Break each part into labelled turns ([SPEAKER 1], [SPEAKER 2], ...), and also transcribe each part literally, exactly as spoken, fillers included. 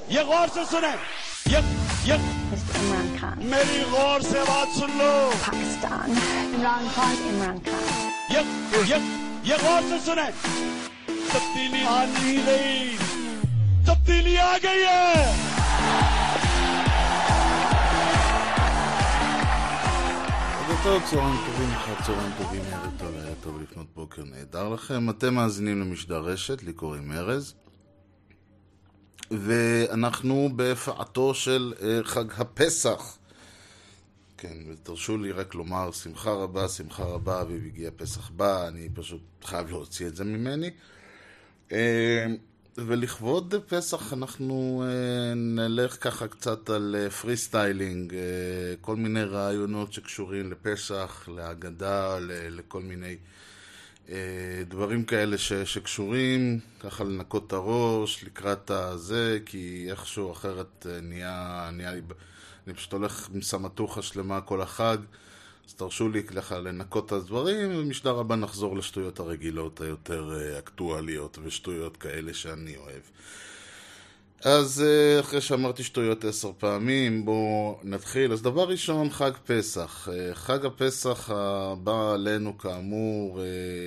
[SPEAKER 1] ये गौर से सुने, ये ये
[SPEAKER 2] Mister Imran Khan.
[SPEAKER 1] मेरी गौर से बात सुन लो.
[SPEAKER 2] Pakistan. Imran Khan. Imran Khan.
[SPEAKER 1] ये ये ये गौर से सुने. तब्दीली आ नहीं गई, तब्दीली आ गई है.
[SPEAKER 3] טוב, צהריים טובים, אחד צהריים טובים, ערב טוב, היה טוב לפנות בוקר נהדר לכם. אתם מאזינים למשדר רשת, לי קוראים ארז, ואנחנו בהפעתו של חג הפסח. כן, ותרשו לי רק לומר שמחה רבה, שמחה רבה, והגיע פסח בא, אני פשוט חייב להוציא את זה ממני. ולכבוד פסח אנחנו אה, נלך ככה קצת על אה, פרי סטיילינג, אה, כל מיני רעיונות שקשורים לפסח, להגדה, ל- לכל מיני אה, דברים כאלה ש- שקשורים, ככה לנקות את הראש לקראת הזה, כי איכשהו אחרת אה, נהיה, נהיה לי, אני פשוט הולך עם סמטוחה שלמה כל החג, אז תרשו לי ככה לנקות את הדברים, ובמשדר הבא נחזור לשטויות הרגילות היותר אקטואליות ושטויות כאלה שאני אוהב. אז אחרי שאמרתי שטויות עשר פעמים, בואו נתחיל. אז דבר ראשון, חג פסח. חג הפסח הבא עלינו כאמור,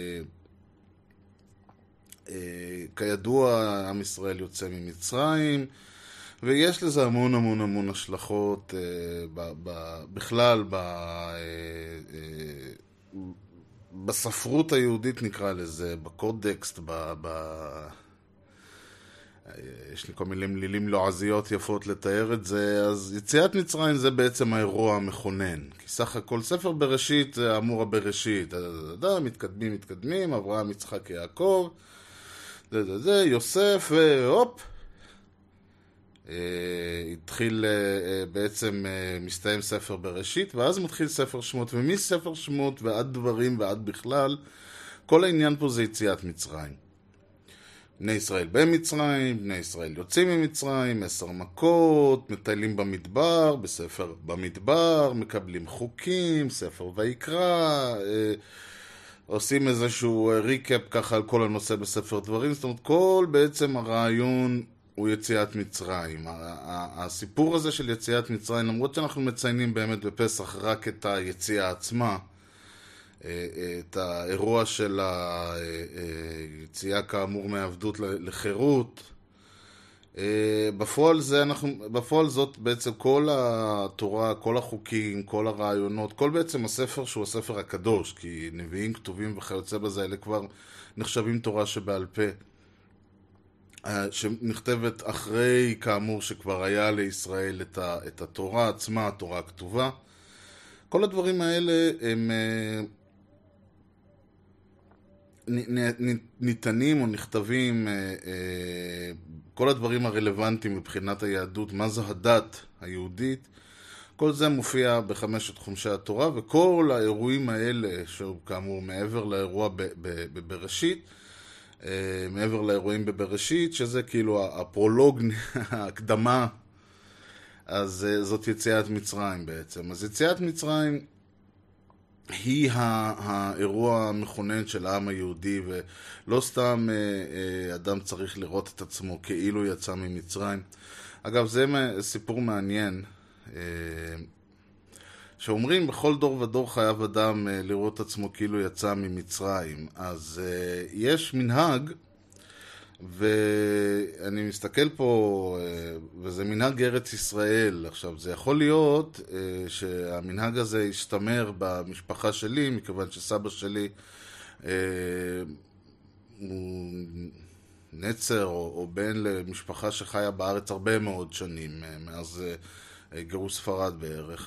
[SPEAKER 3] כידוע עם ישראל יוצא ממצרים, ויש לזה המון המון המון השלכות אה, ב, ב, בכלל ב, אה, אה, בספרות היהודית נקרא לזה, בקודקסט, ב, ב, אה, יש לי כל מיני מילים לועזיות יפות לתאר את זה. אז יציאת מצרים זה בעצם האירוע המכונן, כי סך הכל ספר בראשית זה אמור הבראשית, זה, מתקדמים מתקדמים, אברהם, יצחק, יעקב, זה זה זה, יוסף, והופ, התחיל בעצם, מסתיים ספר בראשית, ואז מתחיל ספר שמות, ומספר שמות ועד דברים ועד בכלל, כל העניין פה זה יציאת מצרים. בני ישראל במצרים, בני ישראל יוצאים ממצרים, עשר מכות, מטיילים במדבר, בספר במדבר, מקבלים חוקים, ספר ויקרא, עושים איזשהו ריקאפ ככה על כל הנושא בספר דברים, זאת אומרת, כל בעצם הרעיון הוא יציאת מצרים. הסיפור הזה של יציאת מצרים, למרות שאנחנו מציינים באמת בפסח רק את היציאה עצמה, את האירוע של היציאה כאמור מעבדות לחירות, בפועל זה אנחנו, בפועל זאת בעצם כל התורה, כל החוקים, כל הרעיונות, כל בעצם הספר שהוא הספר הקדוש, כי נביאים, כתובים וכיוצא בזה, אלה כבר נחשבים תורה שבעל פה, שנכתבת אחרי כאמור שכבר היה לישראל את, ה, את התורה עצמה, התורה הכתובה. כל הדברים האלה הם ניתנים או נכתבים, כל הדברים הרלוונטיים מבחינת היהדות, מה זו הדת היהודית, כל זה מופיע בחמשת חומשי התורה, וכל האירועים האלה שהוא כאמור מעבר לאירוע בבראשית, מעבר לאירועים בבראשית, שזה כאילו הפרולוג, ההקדמה, אז זאת יציאת מצרים בעצם. אז יציאת מצרים היא האירוע המכונן של העם היהודי, ולא סתם אדם צריך לראות את עצמו כאילו יצא ממצרים. אגב, זה סיפור מעניין, שאומרים בכל דור ודור חייב אדם לראות עצמו כאילו יצא ממצרים. אז uh, יש מנהג, ואני מסתכל פה, uh, וזה מנהג ארץ ישראל. עכשיו, זה יכול להיות uh, שהמנהג הזה ישתמר במשפחה שלי, מכיוון שסבא שלי uh, הוא נצר או, או בן למשפחה שחיה בארץ הרבה מאוד שנים, uh, מאז uh, גירוש ספרד בערך.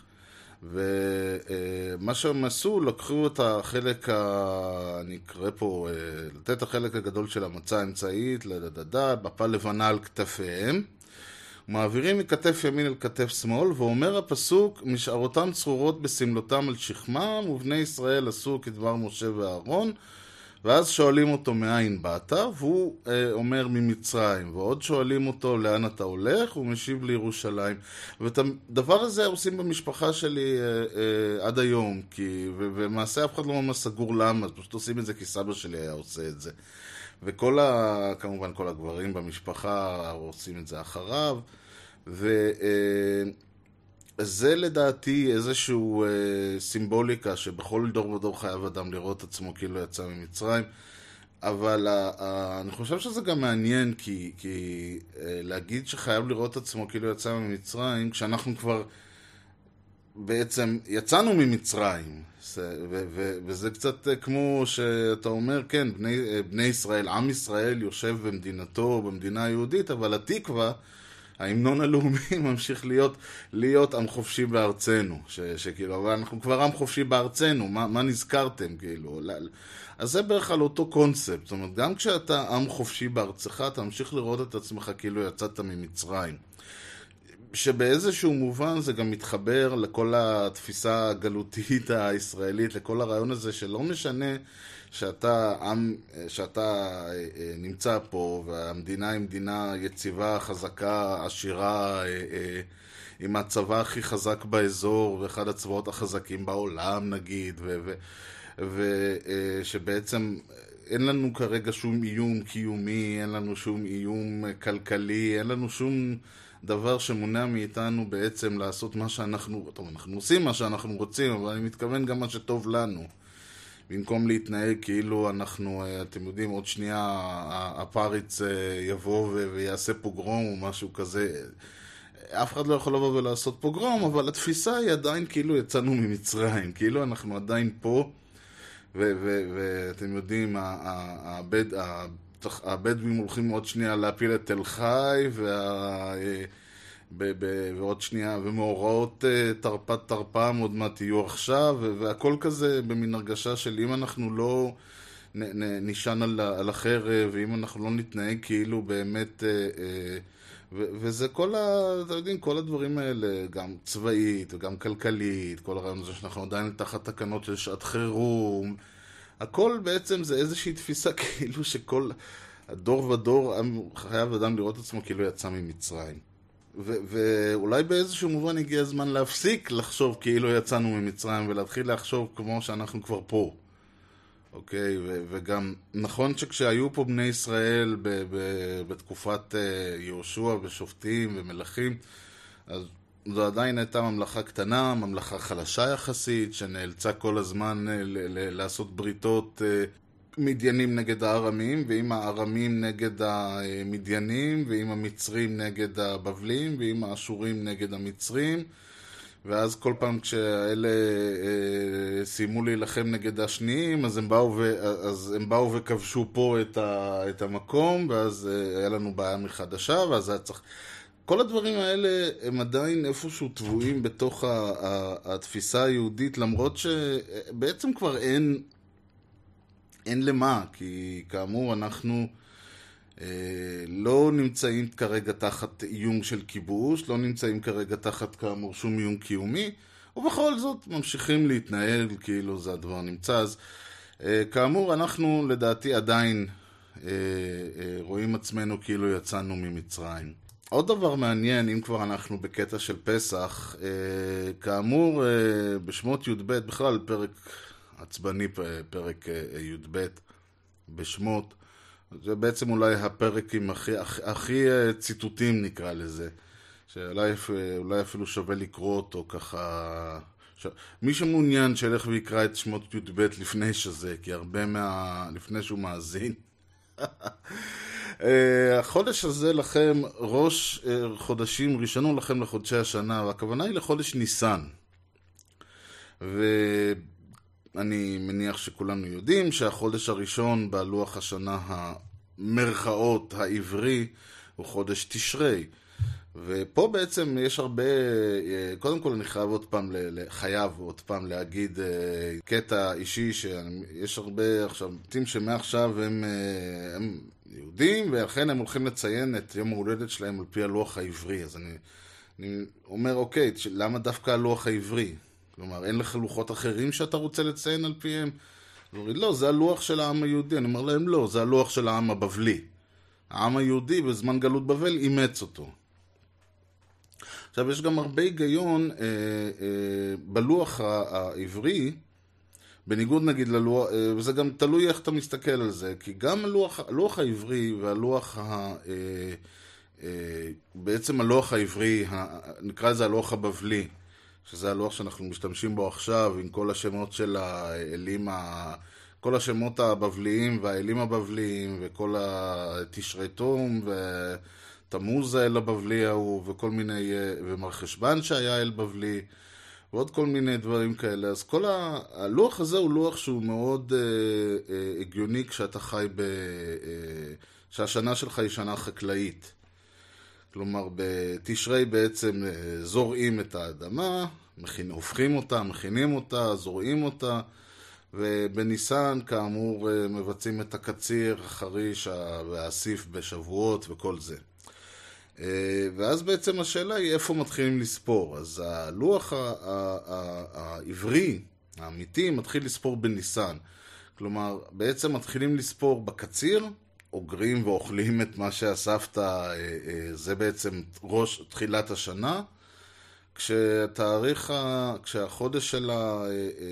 [SPEAKER 3] ומה שהם עשו, לקחו את החלק, אני אקרא פה, לתת את החלק הגדול של המצה האמצעית, לדדה, בפה לבנה על כתפיהם, מעבירים מכתף ימין אל כתף שמאל, ואומר הפסוק, משארותם צרורות בסמלותם על שכמם, ובני ישראל עשו כדבר משה ואהרון, ואז שואלים אותו מאין באת, והוא אה, אומר ממצרים, ועוד שואלים אותו לאן אתה הולך, הוא משיב לירושלים. ואת הדבר הזה עושים במשפחה שלי אה, אה, עד היום, כי, ו- ומעשה אף אחד לא ממש סגור למה, פשוט עושים את זה כי סבא שלי היה עושה את זה. וכל ה... כמובן כל הגברים במשפחה עושים את זה אחריו. וזה לדעתי איזשהו סימבוליקה שבכל דור ודור חייב אדם לראות עצמו כאילו יצא ממצרים. אבל אני חושב שזה גם מעניין, כי, כי להגיד שחייב לראות עצמו כאילו יצא ממצרים, כשאנחנו כבר בעצם יצאנו ממצרים, ו- ו- וזה קצת כמו שאתה אומר, כן, בני, בני ישראל, עם ישראל יושב במדינתו, במדינה היהודית, אבל התקווה, ההמנון הלאומי ממשיך להיות, להיות עם חופשי בארצנו, ש- שכאילו, אבל אנחנו כבר עם חופשי בארצנו, מה, מה נזכרתם, כאילו, אז זה בערך על אותו קונספט, זאת אומרת, גם כשאתה עם חופשי בארצך, אתה ממשיך לראות את עצמך כאילו יצאת ממצרים. שבאיזשהו מובן זה גם מתחבר לכל התפיסה הגלותית הישראלית, לכל הרעיון הזה שלא משנה שאתה, עם, שאתה נמצא פה, והמדינה היא מדינה יציבה, חזקה, עשירה, עם הצבא הכי חזק באזור, ואחד הצבאות החזקים בעולם נגיד, ו... ו ושבעצם אין לנו כרגע שום איום קיומי, אין לנו שום איום כלכלי, אין לנו שום דבר שמונע מאיתנו בעצם לעשות מה שאנחנו, טוב, אנחנו עושים מה שאנחנו רוצים, אבל אני מתכוון גם מה שטוב לנו. במקום להתנהג כאילו אנחנו, אתם יודעים, עוד שנייה הפריץ יבוא ויעשה פוגרום או משהו כזה. אף אחד לא יכול לבוא ולעשות פוגרום, אבל התפיסה היא עדיין כאילו יצאנו ממצרים, כאילו אנחנו עדיין פה, ואתם יודעים, הבדואים הולכים עוד שנייה להפיל את תל חי, ועוד שנייה, ומאורעות תרפת תרפם עוד מעט יהיו עכשיו, והכל כזה במין הרגשה של אם אנחנו לא נשען על החרב, ואם אנחנו לא נתנהג כאילו באמת, וזה כל ה... אתם יודעים, כל הדברים האלה, גם צבאית וגם כלכלית, כל הרעיון הזה שאנחנו עדיין תחת תקנות של שעת חירום, הכל בעצם זה איזושהי תפיסה כאילו שכל הדור ודור חייב אדם לראות עצמו כאילו יצא ממצרים. ו- ואולי באיזשהו מובן הגיע הזמן להפסיק לחשוב כאילו יצאנו ממצרים ולהתחיל לחשוב כמו שאנחנו כבר פה. אוקיי, ו- וגם נכון שכשהיו פה בני ישראל ב- ב- בתקופת יהושע ושופטים ומלכים, אז זו עדיין הייתה ממלכה קטנה, ממלכה חלשה יחסית, שנאלצה כל הזמן ל- ל- לעשות בריתות מדיינים נגד הארמים, ועם הארמים נגד המדיינים, ועם המצרים נגד הבבלים, ועם האשורים נגד המצרים. ואז כל פעם כשאלה אה, סיימו להילחם נגד השניים, אז הם באו, ו, אז הם באו וכבשו פה את, ה, את המקום, ואז אה, היה לנו בעיה מחדשה, ואז היה צריך... כל הדברים האלה הם עדיין איפשהו טבועים בתוך ה, ה, התפיסה היהודית, למרות שבעצם כבר אין, אין למה, כי כאמור אנחנו... לא נמצאים כרגע תחת איום של כיבוש, לא נמצאים כרגע תחת כאמור שום איום קיומי, ובכל זאת ממשיכים להתנהל כאילו זה הדבר נמצא. אז כאמור אנחנו לדעתי עדיין רואים עצמנו כאילו יצאנו ממצרים. עוד דבר מעניין, אם כבר אנחנו בקטע של פסח, כאמור בשמות י"ב, בכלל פרק עצבני, פרק י"ב בשמות, זה בעצם אולי הפרק עם הכי, הכי, הכי ציטוטים נקרא לזה, שאולי אולי אפילו שווה לקרוא אותו ככה. ש... מי שמעוניין שילך ויקרא את שמות י"ב לפני שזה, כי הרבה מה... לפני שהוא מאזין. החודש הזה לכם ראש חודשים, ראשונו לכם לחודשי השנה, והכוונה היא לחודש ניסן. ו... אני מניח שכולנו יודעים שהחודש הראשון בלוח השנה המרכאות העברי הוא חודש תשרי. ופה בעצם יש הרבה, קודם כל אני חייב עוד פעם, חייב עוד פעם להגיד קטע אישי שיש הרבה עכשיו, תים שמעכשיו הם, הם יהודים ולכן הם הולכים לציין את יום ההולדת שלהם על פי הלוח העברי. אז אני, אני אומר אוקיי, למה דווקא הלוח העברי? כלומר, אין לך לוחות אחרים שאתה רוצה לציין על פיהם? אומרים, לא, זה הלוח של העם היהודי. אני אומר להם, לא, זה הלוח של העם הבבלי. העם היהודי בזמן גלות בבל אימץ אותו. עכשיו, יש גם הרבה היגיון אה, אה, בלוח העברי, בניגוד נגיד ללוח, אה, וזה גם תלוי איך אתה מסתכל על זה, כי גם הלוח, הלוח העברי והלוח ה... אה, בעצם הלוח העברי, נקרא לזה הלוח הבבלי, שזה הלוח שאנחנו משתמשים בו עכשיו, עם כל השמות של האלים, כל השמות הבבליים והאלים הבבליים, וכל התשרי תום, ותמוז האל הבבלי ההוא, וכל מיני, ומרחשבן שהיה אל בבלי, ועוד כל מיני דברים כאלה. אז כל הלוח הזה הוא לוח שהוא מאוד הגיוני כשאתה חי ב... שהשנה שלך היא שנה חקלאית. כלומר, בתשרי בעצם זורעים את האדמה, מכין, הופכים אותה, מכינים אותה, זורעים אותה, ובניסן, כאמור, מבצעים את הקציר, החריש והאסיף בשבועות וכל זה. ואז בעצם השאלה היא איפה מתחילים לספור. אז הלוח העברי, האמיתי, מתחיל לספור בניסן. כלומר, בעצם מתחילים לספור בקציר, אוגרים ואוכלים את מה שאספת, זה בעצם ראש תחילת השנה, כשהתאריך, כשהחודש של, ה,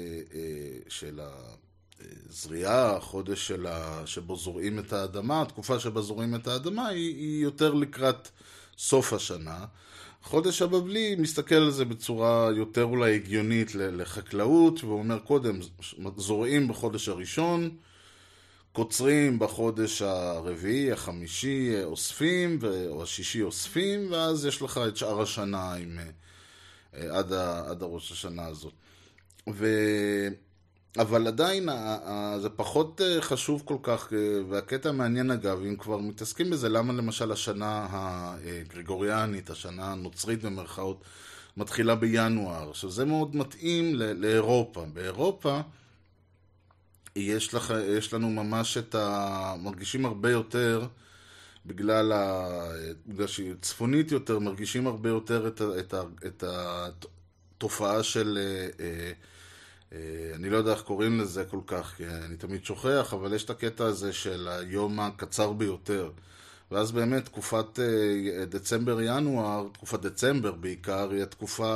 [SPEAKER 3] של הזריעה, החודש של ה, שבו זורעים את האדמה, התקופה שבה זורעים את האדמה, היא, היא יותר לקראת סוף השנה. החודש הבבלי מסתכל על זה בצורה יותר אולי הגיונית לחקלאות, ואומר קודם, זורעים בחודש הראשון, קוצרים בחודש הרביעי, החמישי אוספים, או השישי אוספים, ואז יש לך את שאר השנה עם, עד, עד הראש השנה הזאת. ו... אבל עדיין זה פחות חשוב כל כך, והקטע המעניין אגב, אם כבר מתעסקים בזה, למה למשל השנה הגרגוריאנית, השנה הנוצרית במרכאות, מתחילה בינואר, שזה מאוד מתאים לאירופה. באירופה, יש, לך, יש לנו ממש את ה... מרגישים הרבה יותר, בגלל, ה... בגלל שהיא צפונית יותר, מרגישים הרבה יותר את, ה... את, ה... את התופעה של... אני לא יודע איך קוראים לזה כל כך, כי אני תמיד שוכח, אבל יש את הקטע הזה של היום הקצר ביותר. ואז באמת תקופת דצמבר-ינואר, תקופת דצמבר בעיקר, היא התקופה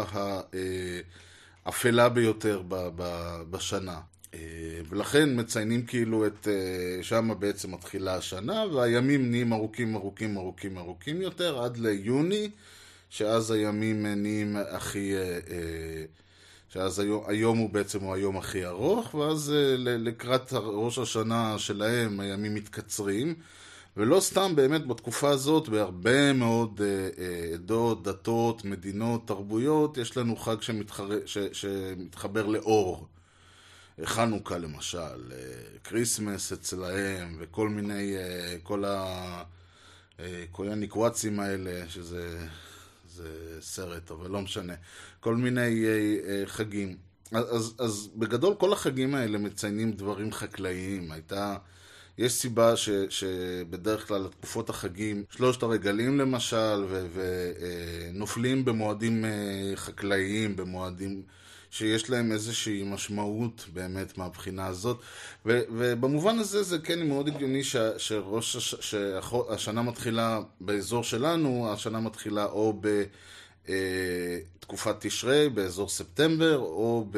[SPEAKER 3] האפלה ביותר בשנה. ולכן מציינים כאילו את שם בעצם מתחילה השנה, והימים נהיים ארוכים ארוכים ארוכים ארוכים יותר עד ליוני, שאז הימים נהיים הכי, שאז היום, היום הוא בעצם הוא היום הכי ארוך, ואז לקראת ראש השנה שלהם הימים מתקצרים, ולא סתם באמת בתקופה הזאת בהרבה מאוד עדות, דתות, מדינות, תרבויות, יש לנו חג שמתחר... ש... שמתחבר לאור. חנוכה למשל, קריסמס אצלהם, וכל מיני, כל, ה, כל הניקוואצים האלה, שזה זה סרט, אבל לא משנה, כל מיני חגים. אז, אז בגדול כל החגים האלה מציינים דברים חקלאיים. הייתה, יש סיבה ש, שבדרך כלל התקופות החגים, שלושת הרגלים למשל, ו, ונופלים במועדים חקלאיים, במועדים שיש להם איזושהי משמעות באמת מהבחינה הזאת, ו, ובמובן הזה זה כן מאוד הגיוני ש, שראש, שהשנה מתחילה באזור שלנו, השנה מתחילה או בתקופת תשרי, באזור ספטמבר, או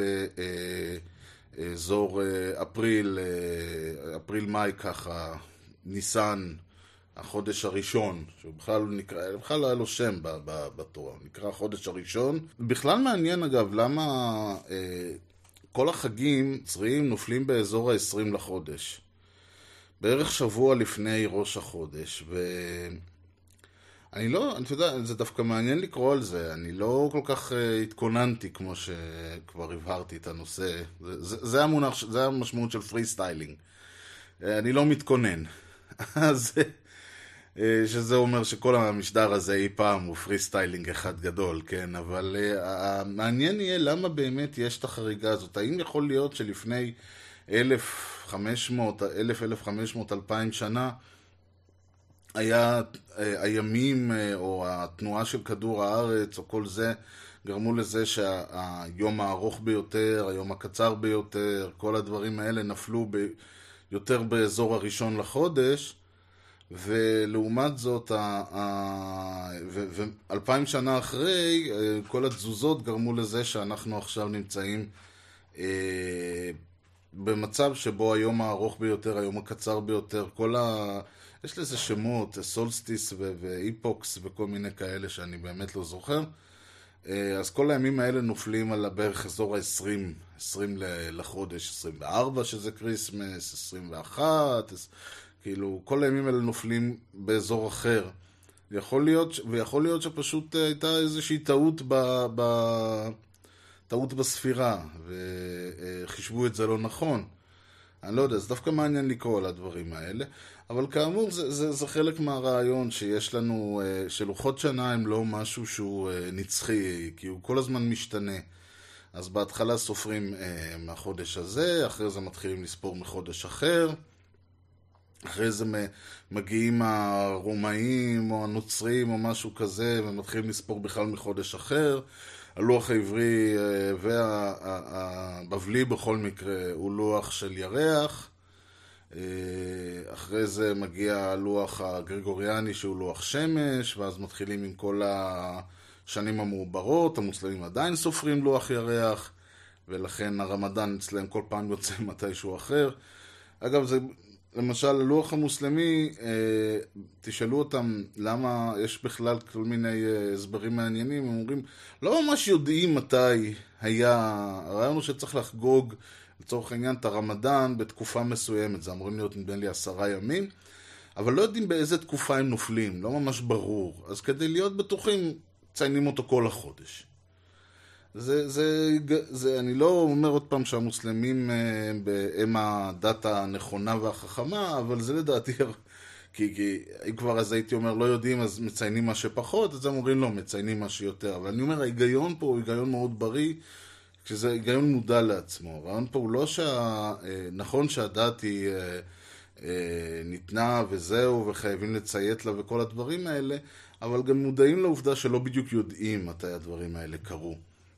[SPEAKER 3] באזור אפריל, אפריל-מאי ככה, ניסן, החודש הראשון, שבכלל נקרא, בכלל לא היה לו שם בתורה, נקרא החודש הראשון. בכלל מעניין אגב, למה אה, כל החגים צריים נופלים באזור ה-עשרים לחודש. בערך שבוע לפני ראש החודש, ואני לא, אני יודע, זה דווקא מעניין לקרוא על זה, אני לא כל כך אה, התכוננתי כמו שכבר הבהרתי את הנושא. זה, זה, זה המונח, זה המשמעות של פרי סטיילינג. אה, אני לא מתכונן. אז... שזה אומר שכל המשדר הזה אי פעם הוא פרי סטיילינג אחד גדול, כן? אבל המעניין יהיה למה באמת יש את החריגה הזאת. האם יכול להיות שלפני אלף וחמש מאות, אלף, אלף וחמש מאות, אלפיים שנה, היה הימים או התנועה של כדור הארץ או כל זה, גרמו לזה שהיום הארוך ביותר, היום הקצר ביותר, כל הדברים האלה נפלו יותר באזור הראשון לחודש, ולעומת זאת, ואלפיים שנה אחרי, כל התזוזות גרמו לזה שאנחנו עכשיו נמצאים במצב שבו היום הארוך ביותר, היום הקצר ביותר, כל יש לזה שמות, סולסטיס ואיפוקס וכל מיני כאלה שאני באמת לא זוכר. אז כל הימים האלה נופלים על בערך אזור ה-עשרים, עשרים לחודש, עשרים וארבע שזה קריסמס, עשרים ואחת, כאילו כל הימים האלה נופלים באזור אחר. יכול להיות, ויכול להיות שפשוט הייתה איזושהי טעות ב, ב, טעות בספירה, וחישבו את זה לא נכון. אני לא יודע, זה דווקא מעניין לקרוא על הדברים האלה, אבל כאמור זה, זה, זה חלק מהרעיון שיש לנו, שלוחות שנה הם לא משהו שהוא נצחי, כי הוא כל הזמן משתנה. אז בהתחלה סופרים מהחודש הזה, אחרי זה מתחילים לספור מחודש אחר, אחרי זה מגיעים הרומאים או הנוצרים או משהו כזה, ומתחילים לספור בכלל מחודש אחר. הלוח העברי והבבלי בכל מקרה הוא לוח של ירח. אחרי זה מגיע הלוח הגרגוריאני שהוא לוח שמש, ואז מתחילים עם כל השנים המעוברות. המוסלמים עדיין סופרים לוח ירח, ולכן הרמדאן אצלם כל פעם יוצא מתישהו אחר. אגב, זה למשל, הלוח המוסלמי, תשאלו אותם למה יש בכלל כל מיני הסברים מעניינים, הם אומרים, לא ממש יודעים מתי היה, הרעיון הוא שצריך לחגוג לצורך העניין את הרמדאן בתקופה מסוימת, זה אמורים להיות נדמה לי עשרה ימים, אבל לא יודעים באיזה תקופה הם נופלים, לא ממש ברור, אז כדי להיות בטוחים, ציינים אותו כל החודש. זה, זה, זה, אני לא אומר עוד פעם שהמוסלמים הם הדת הנכונה והחכמה, אבל זה לדעתי, כי, כי אם כבר אז הייתי אומר לא יודעים, אז מציינים מה שפחות, אז הם אומרים לא, מציינים מה שיותר. אבל אני אומר, ההיגיון פה הוא היגיון מאוד בריא, כשזה היגיון מודע לעצמו. הרעיון פה הוא לא שה... נכון שהדת היא ניתנה וזהו, וחייבים לציית לה וכל הדברים האלה, אבל גם מודעים לעובדה שלא בדיוק יודעים מתי הדברים האלה קרו.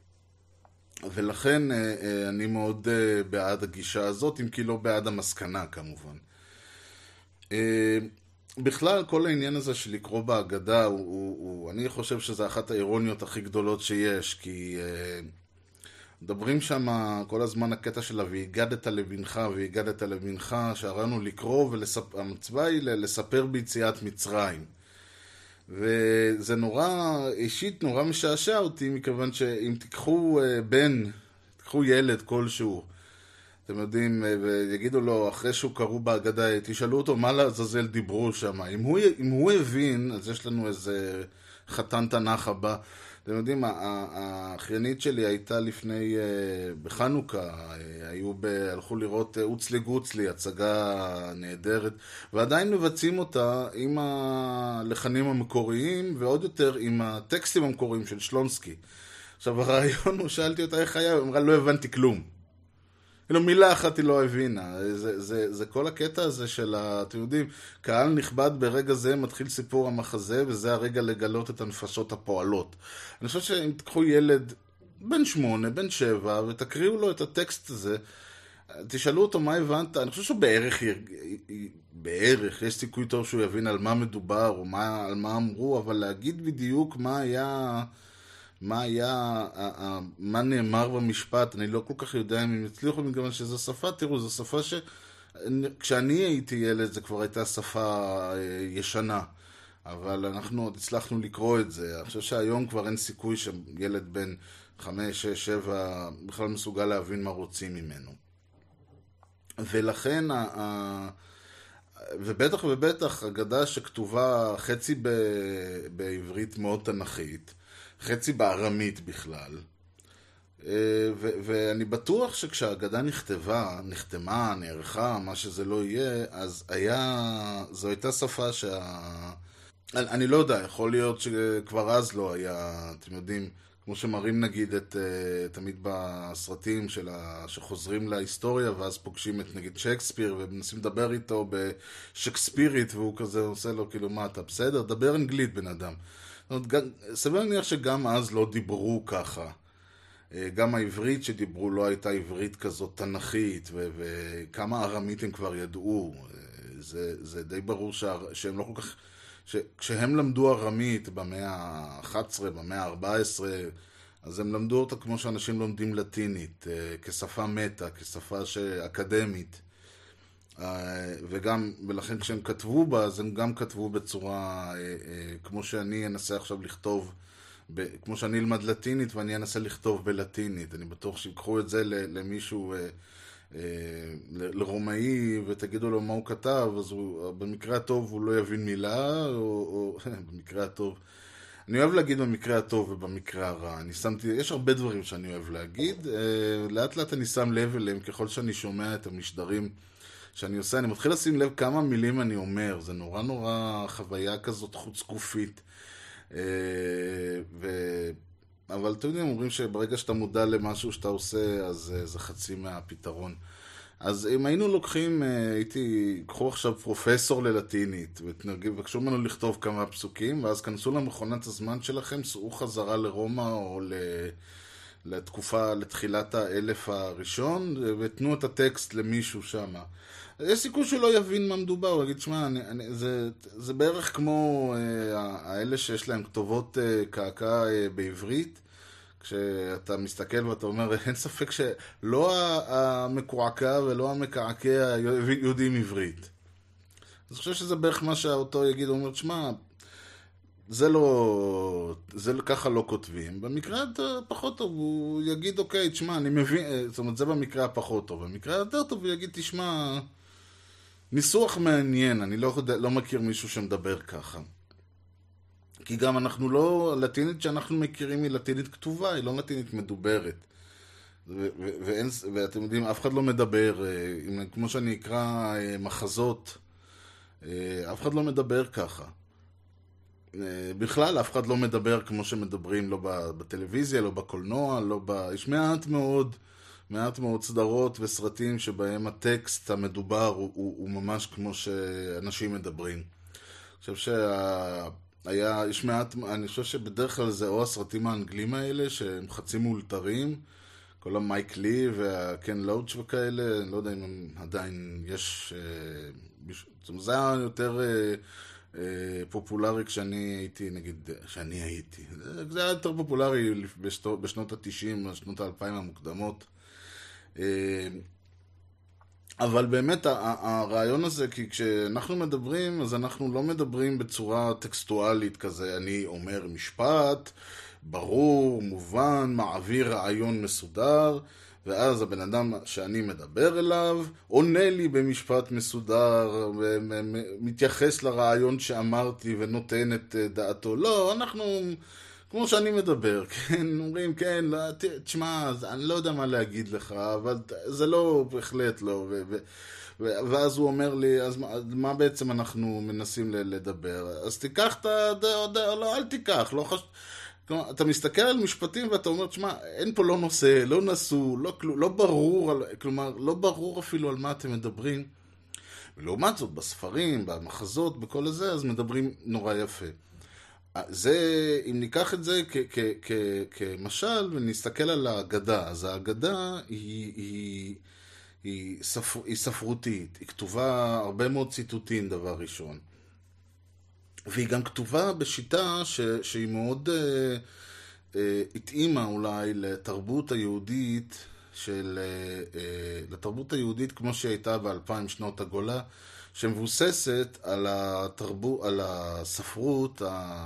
[SPEAKER 3] ולכן אני מאוד בעד הגישה הזאת, אם כי לא בעד המסקנה כמובן. בכלל, כל העניין הזה של לקרוא בהגדה, הוא, הוא, הוא, אני חושב שזה אחת האירוניות הכי גדולות שיש, כי מדברים שם כל הזמן הקטע של והגדת לבנך, והגדת לבנך, שהרעיון הוא לקרוא, והמצווה היא לספר ביציאת מצרים. וזה נורא, אישית נורא משעשע אותי, מכיוון שאם תיקחו בן, תיקחו ילד כלשהו, אתם יודעים, ויגידו לו, אחרי שהוא קראו בהגדה, תשאלו אותו מה לעזאזל דיברו שם. אם הוא, אם הוא הבין, אז יש לנו איזה חתן תנ"ך הבא. אתם יודעים, האחיינית שלי הייתה לפני, בחנוכה, היו ב, הלכו לראות אוצלי גוצלי, הצגה נהדרת, ועדיין מבצעים אותה עם הלחנים המקוריים, ועוד יותר עם הטקסטים המקוריים של שלונסקי. עכשיו, הרעיון הוא, שאלתי אותה איך היה, היא אמרה, לא הבנתי כלום. כאילו, מילה אחת היא לא הבינה. זה, זה, זה כל הקטע הזה של, אתם יודעים, קהל נכבד ברגע זה מתחיל סיפור המחזה, וזה הרגע לגלות את הנפשות הפועלות. אני חושב שאם תקחו ילד בן שמונה, בן שבע, ותקריאו לו את הטקסט הזה, תשאלו אותו מה הבנת, אני חושב שהוא בערך, בערך, יש סיכוי טוב שהוא יבין על מה מדובר, או מה, על מה אמרו, אבל להגיד בדיוק מה היה... מה היה, מה נאמר במשפט, אני לא כל כך יודע אם הם הצליחו, מכיוון שזו שפה, תראו, זו שפה ש... כשאני הייתי ילד, זה כבר הייתה שפה ישנה, אבל אנחנו עוד הצלחנו לקרוא את זה. אני חושב שהיום כבר אין סיכוי שילד בן חמש, שש, שבע בכלל מסוגל להבין מה רוצים ממנו. ולכן, ובטח ובטח, אגדה שכתובה חצי בעברית מאוד תנכית, חצי בארמית בכלל, ו- ואני בטוח שכשהאגדה נכתבה, נחתמה, נערכה, מה שזה לא יהיה, אז היה, זו הייתה שפה שה... אני, אני לא יודע, יכול להיות שכבר אז לא היה, אתם יודעים, כמו שמראים נגיד את, תמיד בסרטים של ה... שחוזרים להיסטוריה, ואז פוגשים את נגיד שייקספיר, ומנסים לדבר איתו בשקספירית, והוא כזה עושה לו כאילו, מה אתה בסדר? דבר אנגלית בן אדם. סביר להניח שגם אז לא דיברו ככה. גם העברית שדיברו לא הייתה עברית כזאת תנכית, ו- וכמה ארמית הם כבר ידעו. זה, זה די ברור שה- שהם לא כל כך... ש- כשהם למדו ארמית במאה ה-אחת עשרה, במאה ה-ארבע עשרה, אז הם למדו אותה כמו שאנשים לומדים לטינית, כשפה מטה, כשפה אקדמית. וגם, ולכן כשהם כתבו בה, אז הם גם כתבו בצורה, כמו שאני אנסה עכשיו לכתוב, כמו שאני אלמד לטינית ואני אנסה לכתוב בלטינית. אני בטוח שיקחו את זה למישהו, לרומאי, ותגידו לו מה הוא כתב, אז הוא, במקרה הטוב הוא לא יבין מילה, או, או במקרה הטוב. אני אוהב להגיד במקרה הטוב ובמקרה הרע. אני שמתי, יש הרבה דברים שאני אוהב להגיד. לאט לאט אני שם לב אליהם ככל שאני שומע את המשדרים שאני עושה. אני מתחיל לשים לב כמה מילים אני אומר. זה נורא נורא חוויה כזאת חוץ גופית. ו... אבל אתם יודעים, אומרים שברגע שאתה מודע למשהו שאתה עושה, אז זה חצי מהפתרון. אז אם היינו לוקחים, הייתי, קחו עכשיו פרופסור ללטינית, ובקשו ממנו לכתוב כמה פסוקים, ואז כנסו למכונת הזמן שלכם, סעו חזרה לרומא או לתקופה, לתחילת האלף הראשון, ותנו את הטקסט למישהו שם. יש סיכוי שהוא לא יבין מה מדובר, הוא יגיד, שמע, זה, זה בערך כמו האלה שיש להם כתובות קעקע בעברית, כשאתה מסתכל ואתה אומר, אין ספק שלא המקועקע ולא המקעקע יודעים עברית. אז אני חושב שזה בערך מה שאותו יגיד, הוא אומר, שמה, זה לא, זה ככה לא כותבים. במקרה הפחות טוב, הוא יגיד, אוקיי, תשמע, אני מבין, זאת אומרת, זה במקרה הפחות טוב. במקרה יותר טוב, הוא יגיד, תשמע, ניסוח מעניין, אני לא, לא מכיר מישהו שמדבר ככה. כי גם אנחנו לא, לטינית שאנחנו מכירים היא לטינית כתובה, היא לא לטינית מדוברת. ו- ו- ואין, ואתם יודעים, אף אחד לא מדבר, כמו שאני אקרא מחזות, אף אחד לא מדבר ככה. בכלל, אף אחד לא מדבר כמו שמדברים, לא בטלוויזיה, לא בקולנוע, לא ב... יש מעט מאוד, מעט מאוד סדרות וסרטים שבהם הטקסט המדובר הוא, הוא, הוא ממש כמו שאנשים מדברים. אני חושב שה... היה, יש מעט, אני חושב שבדרך כלל זה או הסרטים האנגלים האלה שהם חצי מאולתרים, כל המייק לי והקן לואוץ' וכאלה, אני לא יודע אם הם עדיין יש, זאת אומרת, זה היה יותר פופולרי כשאני הייתי, נגיד, שאני הייתי, זה היה יותר פופולרי בשנות ה-תשעים, בשנות ה-אלפיים המוקדמות. אבל באמת הרעיון הזה, כי כשאנחנו מדברים, אז אנחנו לא מדברים בצורה טקסטואלית כזה, אני אומר משפט, ברור, מובן, מעביר רעיון מסודר, ואז הבן אדם שאני מדבר אליו, עונה לי במשפט מסודר, ומתייחס לרעיון שאמרתי ונותן את דעתו. לא, אנחנו... כמו שאני מדבר, כן, אומרים, כן, לא, תשמע, אני לא יודע מה להגיד לך, אבל זה לא, בהחלט לא, ו, ו, ו, ואז הוא אומר לי, אז מה, מה בעצם אנחנו מנסים לדבר? אז תיקח את הדעות, לא, אל תיקח, לא חש... כלומר, אתה מסתכל על משפטים ואתה אומר, תשמע, אין פה לא נושא, לא נסו, לא, לא ברור, כלומר, לא ברור אפילו על מה אתם מדברים. ולעומת זאת, בספרים, במחזות, בכל הזה, אז מדברים נורא יפה. זה, אם ניקח את זה כ- כ- כ- כמשל ונסתכל על ההגדה, אז ההגדה היא, היא, היא, ספר, היא ספרותית, היא כתובה הרבה מאוד ציטוטים דבר ראשון, והיא גם כתובה בשיטה ש, שהיא מאוד אה, אה, התאימה אולי לתרבות היהודית של, אה, אה, לתרבות היהודית כמו שהיא הייתה באלפיים שנות הגולה, שמבוססת על התרבות, על הספרות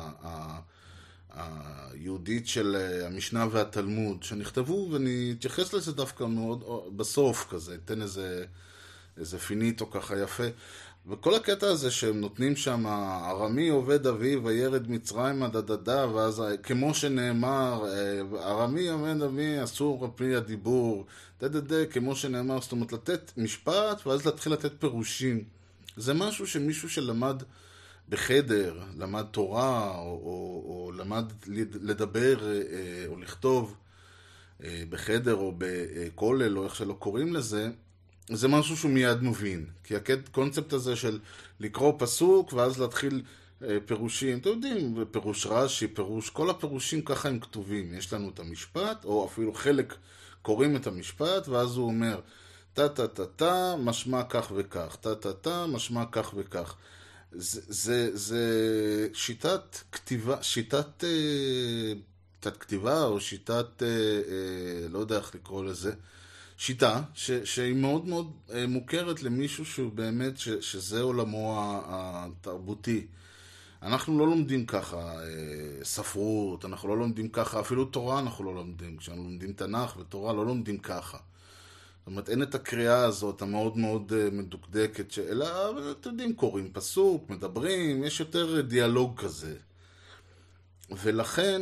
[SPEAKER 3] היהודית של המשנה והתלמוד, שנכתבו, ואני אתייחס לזה דווקא מאוד בסוף כזה, אתן איזה, איזה פיניטו ככה יפה. וכל הקטע הזה שהם נותנים שם, ארמי עובד אביו וירד מצרים דדדה, ואז כמו שנאמר, ארמי עובד אביו אסור על פי הדיבור, דדדה, כמו שנאמר, זאת אומרת לתת משפט ואז להתחיל לתת פירושים. זה משהו שמישהו שלמד בחדר, למד תורה, או, או, או למד לדבר או לכתוב בחדר או בכולל, או איך שלא קוראים לזה, זה משהו שהוא מיד מבין. כי הקונספט הזה של לקרוא פסוק ואז להתחיל פירושים, אתם יודעים, פירוש רש"י, פירוש, כל הפירושים ככה הם כתובים. יש לנו את המשפט, או אפילו חלק קוראים את המשפט, ואז הוא אומר, טה-טה-טה, משמע כך וכך, טה-טה-טה, משמע כך וכך. זה, זה, זה שיטת כתיבה, שיטת תת כתיבה, או שיטת, לא יודע איך לקרוא לזה, שיטה ש, שהיא מאוד מאוד מוכרת למישהו שהוא באמת, ש, שזה עולמו התרבותי. אנחנו לא לומדים ככה ספרות, אנחנו לא לומדים ככה, אפילו תורה אנחנו לא לומדים. כשאנחנו לומדים תנ"ך ותורה לא לומדים ככה. זאת אומרת, אין את הקריאה הזאת המאוד מאוד מדוקדקת, אלא, אתם יודעים, קוראים פסוק, מדברים, יש יותר דיאלוג כזה. ולכן,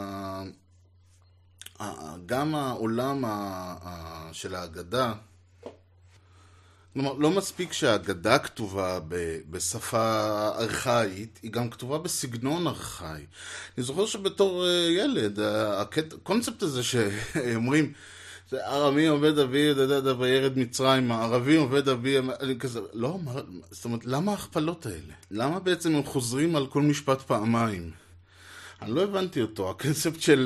[SPEAKER 3] גם העולם של ההגדה, כלומר, לא מספיק שההגדה כתובה בשפה ארכאית, היא גם כתובה בסגנון ארכאי. אני זוכר שבתור ילד, הקונספט הזה שאומרים, ערבי עובד אבי, וירד מצרים, ערבי עובד אבי, כזה, לא, זאת אומרת, למה ההכפלות האלה? למה בעצם הם חוזרים על כל משפט פעמיים? אני לא הבנתי אותו, הקונספט של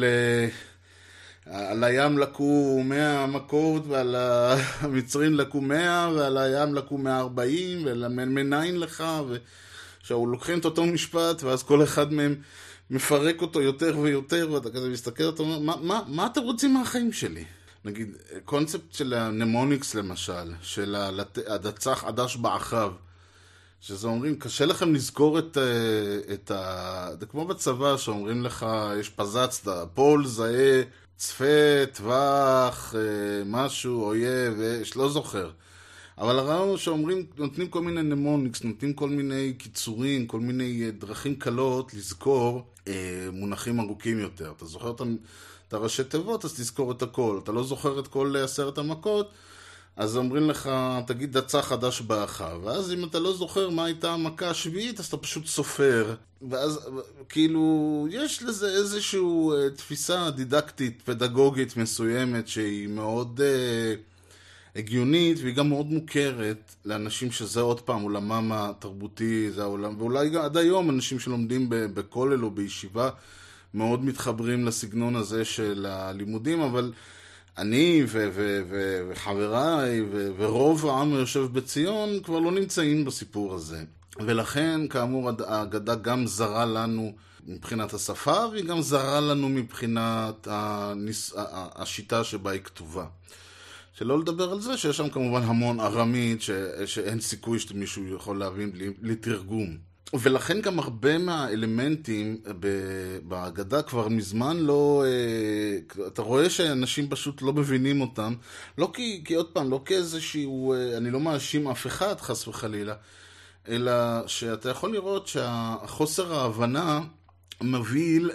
[SPEAKER 3] על הים לקו מאה מכות, ועל המצרים לקו מאה, ועל הים לקו מאה ארבעים, ולמנין לך, ושהוא לוקחים את אותו משפט, ואז כל אחד מהם מפרק אותו יותר ויותר, ואתה כזה מסתכל אותו, מה, מה, מה אתם רוצים מהחיים שלי? נגיד, קונספט של הנמוניקס למשל, של הדצח עדש באחיו, שזה אומרים, קשה לכם לזכור את, את ה... זה כמו בצבא שאומרים לך, יש פזץ, פול, זהה, צפה, טווח, משהו, אויב, יש, לא זוכר. אבל הרעיון הוא שאומרים, נותנים כל מיני נמוניקס, נותנים כל מיני קיצורים, כל מיני דרכים קלות לזכור מונחים ארוכים יותר. אתה זוכר את, את הראשי תיבות, אז תזכור את הכל. אתה לא זוכר את כל עשרת המכות, אז אומרים לך, תגיד דצה חדש באחיו, ואז אם אתה לא זוכר מה הייתה המכה השביעית, אז אתה פשוט סופר, ואז כאילו יש לזה איזושהי תפיסה דידקטית, פדגוגית מסוימת, שהיא מאוד אה, הגיונית, והיא גם מאוד מוכרת לאנשים שזה עוד פעם עולמם התרבותי, זה העולם, ואולי גם עד היום אנשים שלומדים בכולל או בישיבה, מאוד מתחברים לסגנון הזה של הלימודים, אבל אני ו- ו- ו- וחבריי ו- ורוב העם היושב בציון כבר לא נמצאים בסיפור הזה. ולכן, כאמור, ההגדה גם זרה לנו מבחינת השפה, והיא גם זרה לנו מבחינת הניס... השיטה שבה היא כתובה. שלא לדבר על זה שיש שם כמובן המון ארמית, ש... שאין סיכוי שמישהו יכול להבין בלי, בלי תרגום. ולכן גם הרבה מהאלמנטים בהגדה כבר מזמן לא, אתה רואה שאנשים פשוט לא מבינים אותם, לא כי, כי עוד פעם, לא כאיזשהו, אני לא מאשים אף אחד חס וחלילה, אלא שאתה יכול לראות שהחוסר ההבנה מביא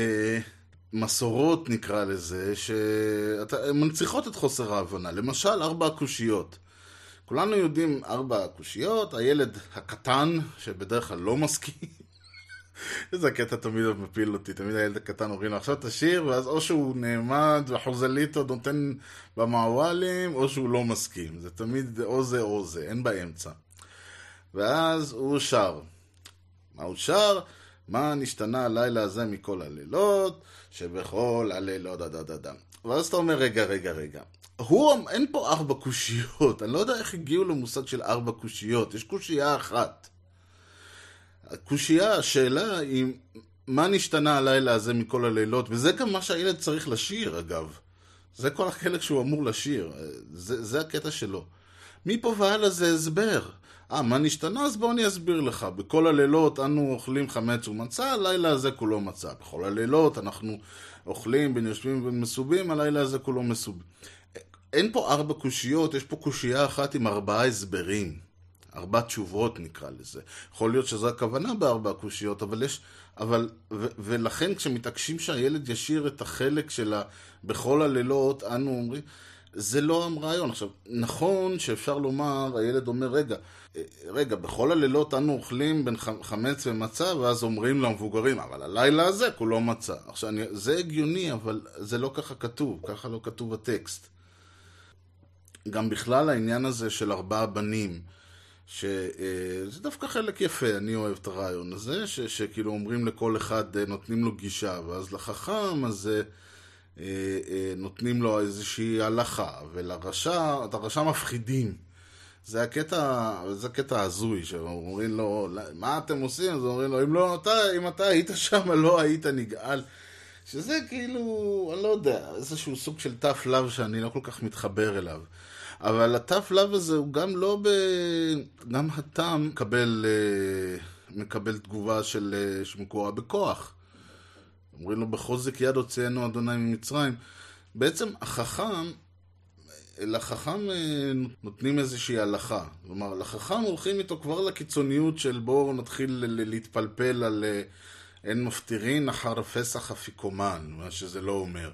[SPEAKER 3] למסורות נקרא לזה, שמנציחות את חוסר ההבנה, למשל ארבע הקושיות. כולנו יודעים ארבע הקושיות, הילד הקטן, שבדרך כלל לא מסכים. איזה הקטע תמיד מפיל אותי, תמיד הילד הקטן אומרים לו, עכשיו תשיר, ואז או שהוא נעמד וחוזליתו נותן במעוולים, או שהוא לא מסכים. זה תמיד או זה או זה, אין באמצע. ואז הוא שר. מה הוא שר? מה נשתנה הלילה הזה מכל הלילות, שבכל הלילות דה דה דה דה. ואז אתה אומר, רגע, רגע, רגע. הוא, אין פה ארבע קושיות, אני לא יודע איך הגיעו למושג של ארבע קושיות, יש קושייה אחת. הקושייה, השאלה היא, מה נשתנה הלילה הזה מכל הלילות, וזה גם מה שהילד צריך לשיר אגב. זה כל החלק שהוא אמור לשיר, זה, זה הקטע שלו. מפה והלאה זה הסבר. אה, מה נשתנה? אז בוא אני אסביר לך. בכל הלילות אנו אוכלים חמץ ומצה, הלילה הזה כולו מצה. בכל הלילות אנחנו אוכלים בין יושבים ובין מסובים, הלילה הזה כולו מסובים. אין פה ארבע קושיות, יש פה קושייה אחת עם ארבעה הסברים. ארבע תשובות נקרא לזה. יכול להיות שזו הכוונה בארבע קושיות, אבל יש, אבל, ו, ולכן כשמתעקשים שהילד ישיר את החלק שלה בכל הלילות, אנו אומרים, זה לא הרעיון. עכשיו, נכון שאפשר לומר, הילד אומר, רגע, רגע, בכל הלילות אנו אוכלים בין חמץ ומצה, ואז אומרים למבוגרים, אבל הלילה הזה כולו מצה. עכשיו, אני, זה הגיוני, אבל זה לא ככה כתוב, ככה לא כתוב הטקסט. גם בכלל העניין הזה של ארבעה בנים, שזה דווקא חלק יפה, אני אוהב את הרעיון הזה, ש, שכאילו אומרים לכל אחד, נותנים לו גישה, ואז לחכם, אז נותנים לו איזושהי הלכה, ולרשע, את הרשע מפחידים. זה הקטע, זה הקטע הזוי, שאומרים לו, מה אתם עושים? אז אומרים לו, אם לא, אתה, אם אתה היית שם, לא היית נגאל. שזה כאילו, אני לא יודע, איזשהו סוג של tough love שאני לא כל כך מתחבר אליו. אבל ה-tough love הזה הוא גם לא ב... גם הטעם מקבל, מקבל תגובה של, שמקורה בכוח. אומרים לו, בחוזק יד הוציאנו אדוני ממצרים. בעצם החכם, לחכם נותנים איזושהי הלכה. כלומר, לחכם הולכים איתו כבר לקיצוניות של בואו נתחיל להתפלפל על אין מפטירין אחר פסח אפיקומן, מה שזה לא אומר.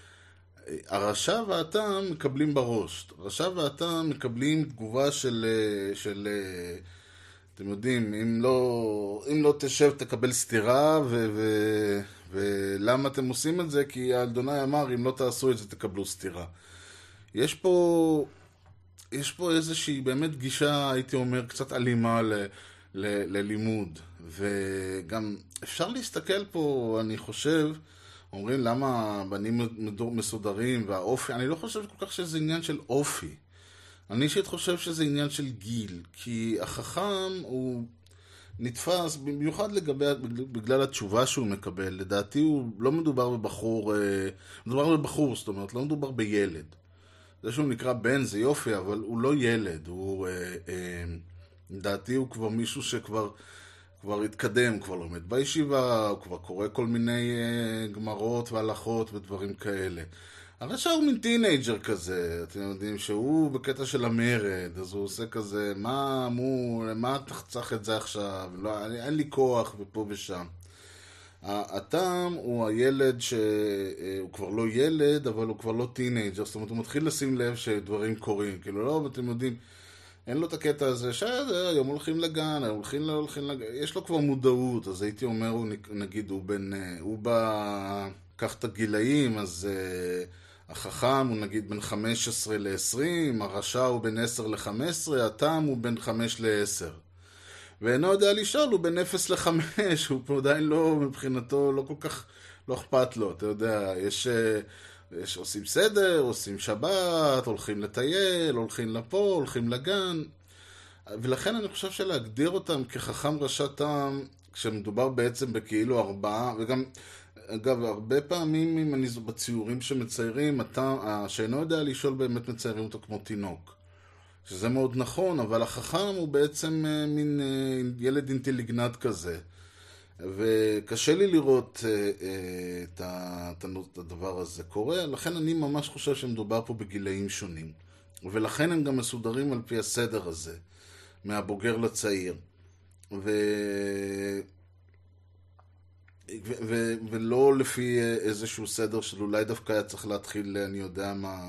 [SPEAKER 3] הרשע והטעם מקבלים בראש. הרשע והטעם מקבלים תגובה של, של אתם יודעים, אם לא, אם לא תשב תקבל סתירה, ו, ו, ולמה אתם עושים את זה? כי אדוני אמר, אם לא תעשו את זה תקבלו סתירה. יש פה, יש פה איזושהי באמת גישה, הייתי אומר, קצת אלימה ל, ל, ללימוד. וגם אפשר להסתכל פה, אני חושב, אומרים למה בנים מסודרים והאופי, אני לא חושב כל כך שזה עניין של אופי. אני אישית חושב שזה עניין של גיל, כי החכם הוא נתפס, במיוחד לגבי, בגלל התשובה שהוא מקבל, לדעתי הוא לא מדובר בבחור, מדובר בבחור, זאת אומרת, לא מדובר בילד. זה שהוא נקרא בן זה יופי, אבל הוא לא ילד, הוא, לדעתי הוא כבר מישהו שכבר כבר התקדם, כבר לומד בישיבה, הוא כבר קורא כל מיני גמרות והלכות ודברים כאלה. הרשע הוא מין טינאג'ר כזה, אתם יודעים, שהוא בקטע של המרד, אז הוא עושה כזה, מה, מו, מה תחצח את זה עכשיו? לא, אין לי כוח ופה ושם. הטעם הוא הילד שהוא כבר לא ילד, אבל הוא כבר לא טינאג'ר, זאת אומרת, הוא מתחיל לשים לב שדברים קורים, כאילו לא, אתם יודעים, אין לו את הקטע הזה, שעד, היום הולכים לגן, היום הולכים, לא הולכים לגן, יש לו כבר מודעות, אז הייתי אומר, הוא, נגיד, הוא בין, הוא בא, קח את הגילאים, אז החכם הוא נגיד בין חמש עשרה ל-עשרים, הרשע הוא בין עשר ל-חמש עשרה, הטעם הוא בין חמש ל-עשר. ואינו יודע לשאול, הוא בין אפס ל-חמש, הוא פה עדיין לא, מבחינתו, לא כל כך, לא אכפת לו, אתה יודע, יש, יש עושים סדר, עושים שבת, הולכים לטייל, הולכים לפה, הולכים לגן, ולכן אני חושב שלהגדיר אותם כחכם רשע טעם, כשמדובר בעצם בכאילו ארבעה, וגם, אגב, הרבה פעמים אם אני בציורים שמציירים, אתה, שאינו יודע לשאול באמת מציירים אותו כמו תינוק. שזה מאוד נכון, אבל החכם הוא בעצם מין ילד אינטליגנט כזה. וקשה לי לראות את הדבר הזה קורה, לכן אני ממש חושב שמדובר פה בגילאים שונים. ולכן הם גם מסודרים על פי הסדר הזה, מהבוגר לצעיר. ו... ו- ו- ולא לפי איזשהו סדר של אולי דווקא היה צריך להתחיל, אני יודע מה,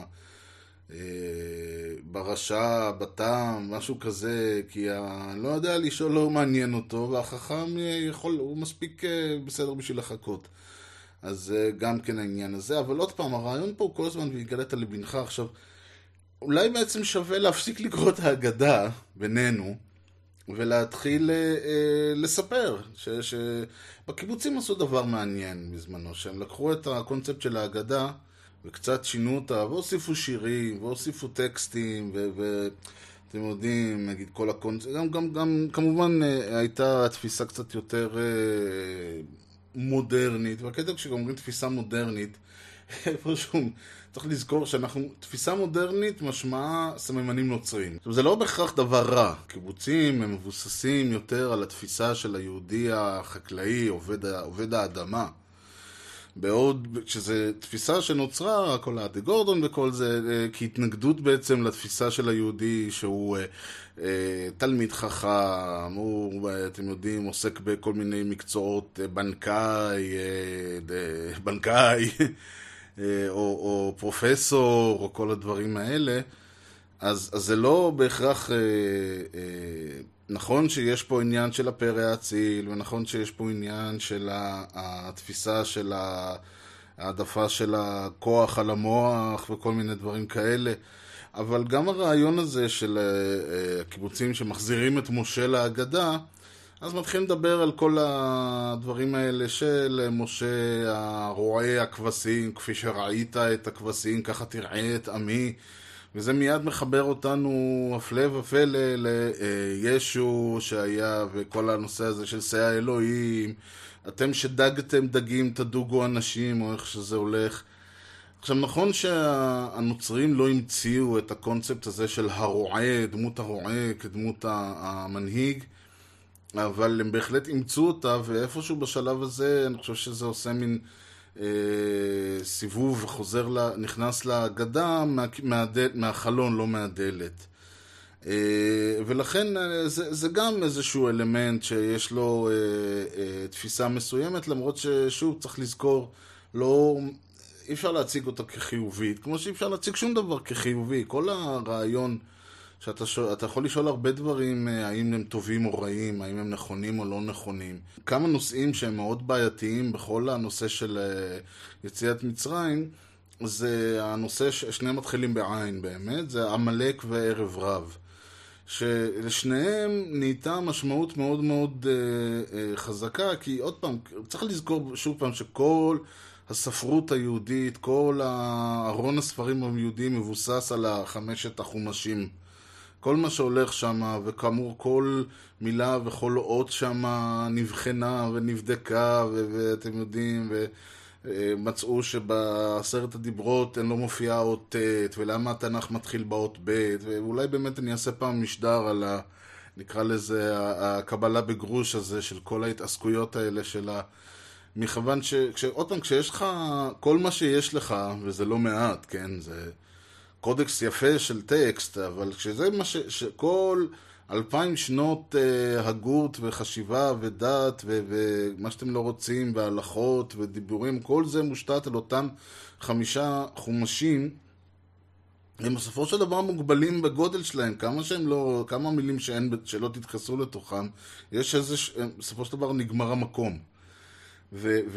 [SPEAKER 3] ברשע, בטעם, משהו כזה, כי אני לא יודע לשאול, לא מעניין אותו, והחכם יכול, הוא מספיק בסדר בשביל לחכות. אז גם כן העניין הזה, אבל עוד פעם, הרעיון פה הוא כל הזמן והגלת לבנך. עכשיו, אולי בעצם שווה להפסיק לקרוא את ההגדה בינינו, ולהתחיל אה, לספר שבקיבוצים עשו דבר מעניין בזמנו, שהם לקחו את הקונספט של ההגדה וקצת שינו אותה, והוסיפו שירים והוסיפו טקסטים ואתם יודעים, נגיד כל הקונספט, גם, גם, גם כמובן אה, הייתה תפיסה קצת יותר אה, מודרנית, והקטע כשגם אומרים תפיסה מודרנית, איפשהו צריך לזכור שאנחנו, תפיסה מודרנית משמעה סממנים נוצרים. זה לא בהכרח דבר רע. קיבוצים הם מבוססים יותר על התפיסה של היהודי החקלאי, עובד, עובד האדמה. בעוד שזה תפיסה שנוצרה, כל האדי גורדון וכל זה, כהתנגדות בעצם לתפיסה של היהודי שהוא תלמיד חכם, הוא, אתם יודעים, עוסק בכל מיני מקצועות, בנקאי, בנקאי, או, או פרופסור, או כל הדברים האלה. אז, אז זה לא בהכרח, אה, אה, נכון שיש פה עניין של הפרא האציל, ונכון שיש פה עניין של התפיסה של העדפה של הכוח על המוח, וכל מיני דברים כאלה. אבל גם הרעיון הזה של אה, הקיבוצים שמחזירים את משה להגדה, אז מתחילים לדבר על כל הדברים האלה של משה הרועה הכבשים, כפי שראית את הכבשים, ככה תראה את עמי, וזה מיד מחבר אותנו הפלא ופלא לישו שהיה, וכל הנושא הזה של שא האלוהים, אתם שדגתם דגים תדוגו אנשים, או איך שזה הולך. עכשיו נכון שהנוצרים לא המציאו את הקונספט הזה של הרועה, דמות הרועה כדמות המנהיג, אבל הם בהחלט אימצו אותה, ואיפשהו בשלב הזה אני חושב שזה עושה מין אה, סיבוב וחוזר, לה, נכנס להגדה מה, מהדל, מהחלון, לא מהדלת. אה, ולכן זה, זה גם איזשהו אלמנט שיש לו אה, אה, תפיסה מסוימת, למרות ששוב צריך לזכור, לא... אי אפשר להציג אותה כחיובית, כמו שאי אפשר להציג שום דבר כחיובי. כל הרעיון שאתה שואל, אתה יכול לשאול הרבה דברים, האם הם טובים או רעים, האם הם נכונים או לא נכונים. כמה נושאים שהם מאוד בעייתיים בכל הנושא של יציאת מצרים, זה הנושא ששניהם מתחילים בעין באמת, זה עמלק וערב רב. שלשניהם נהייתה משמעות מאוד מאוד חזקה, כי עוד פעם, צריך לזכור שוב פעם שכל... הספרות היהודית, כל ארון הספרים היהודיים מבוסס על החמשת החומשים. כל מה שהולך שם, וכאמור כל מילה וכל אות שם נבחנה ונבדקה, ו- ואתם יודעים, ומצאו שבעשרת הדיברות אין לא מופיעה אות ת', ולמה התנ"ך מתחיל באות ב', ואולי באמת אני אעשה פעם משדר על ה... נקרא לזה הקבלה בגרוש הזה, של כל ההתעסקויות האלה של ה... מכיוון ש... עוד פעם, כשיש לך כל מה שיש לך, וזה לא מעט, כן, זה קודקס יפה של טקסט, אבל כשזה מה ש... שכל אלפיים שנות uh, הגות וחשיבה ודת ו... ומה שאתם לא רוצים, והלכות ודיבורים, כל זה מושתת על אותם חמישה חומשים, הם בסופו של דבר מוגבלים בגודל שלהם, כמה שהם לא, כמה מילים שאין, שלא תתחסו לתוכם, יש איזה, בסופו של דבר נגמר המקום. ו, ו,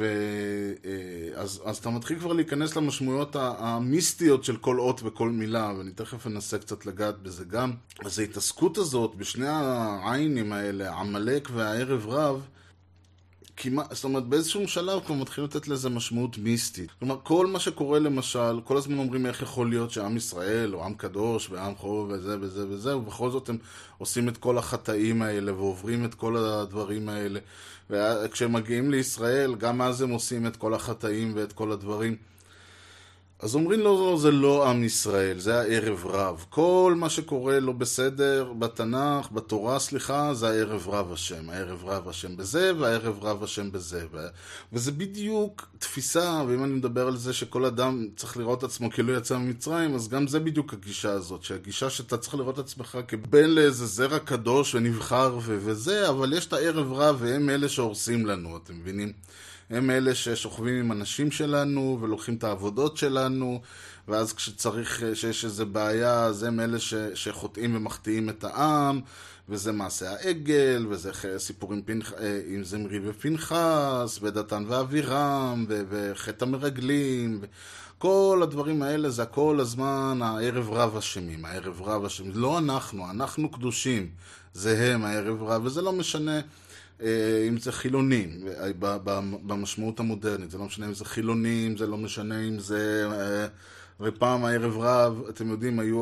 [SPEAKER 3] אז, אז אתה מתחיל כבר להיכנס למשמעויות המיסטיות של כל אות וכל מילה, ואני תכף אנסה קצת לגעת בזה גם. אז ההתעסקות הזאת בשני העיינים האלה, עמלק והערב רב, כמעט, זאת אומרת, באיזשהו שלב כבר מתחיל לתת לזה משמעות מיסטית. כלומר, כל מה שקורה למשל, כל הזמן אומרים איך יכול להיות שעם ישראל, או עם קדוש, ועם חוב, וזה וזה וזה, ובכל זאת הם עושים את כל החטאים האלה, ועוברים את כל הדברים האלה. וכשהם מגיעים לישראל, גם אז הם עושים את כל החטאים ואת כל הדברים. אז אומרים לו, לא, זה לא עם ישראל, זה הערב רב. כל מה שקורה לא בסדר בתנ"ך, בתורה, סליחה, זה הערב רב השם. הערב רב השם בזה, והערב רב השם בזה. וזה בדיוק תפיסה, ואם אני מדבר על זה שכל אדם צריך לראות עצמו כאילו יצא ממצרים, אז גם זה בדיוק הגישה הזאת, שהגישה שאתה צריך לראות עצמך כבן לאיזה זרע קדוש ונבחר ו- וזה, אבל יש את הערב רב, והם אלה שהורסים לנו, אתם מבינים? הם אלה ששוכבים עם אנשים שלנו ולוקחים את העבודות שלנו, ואז כשצריך, שיש איזו בעיה, אז הם אלה ש, שחוטאים ומחטיאים את העם, וזה מעשה העגל, וזה סיפורים פינח, עם זמרי ופנחס, ודתן ואבירם, ו, וחטא המרגלים, כל הדברים האלה זה כל הזמן הערב רב אשמים, הערב רב אשמים, לא אנחנו, אנחנו קדושים, זה הם הערב רב, וזה לא משנה אם זה חילונים, במשמעות המודרנית, זה לא משנה אם זה חילונים, זה לא משנה אם זה, ופעם הערב רב, אתם יודעים, היו,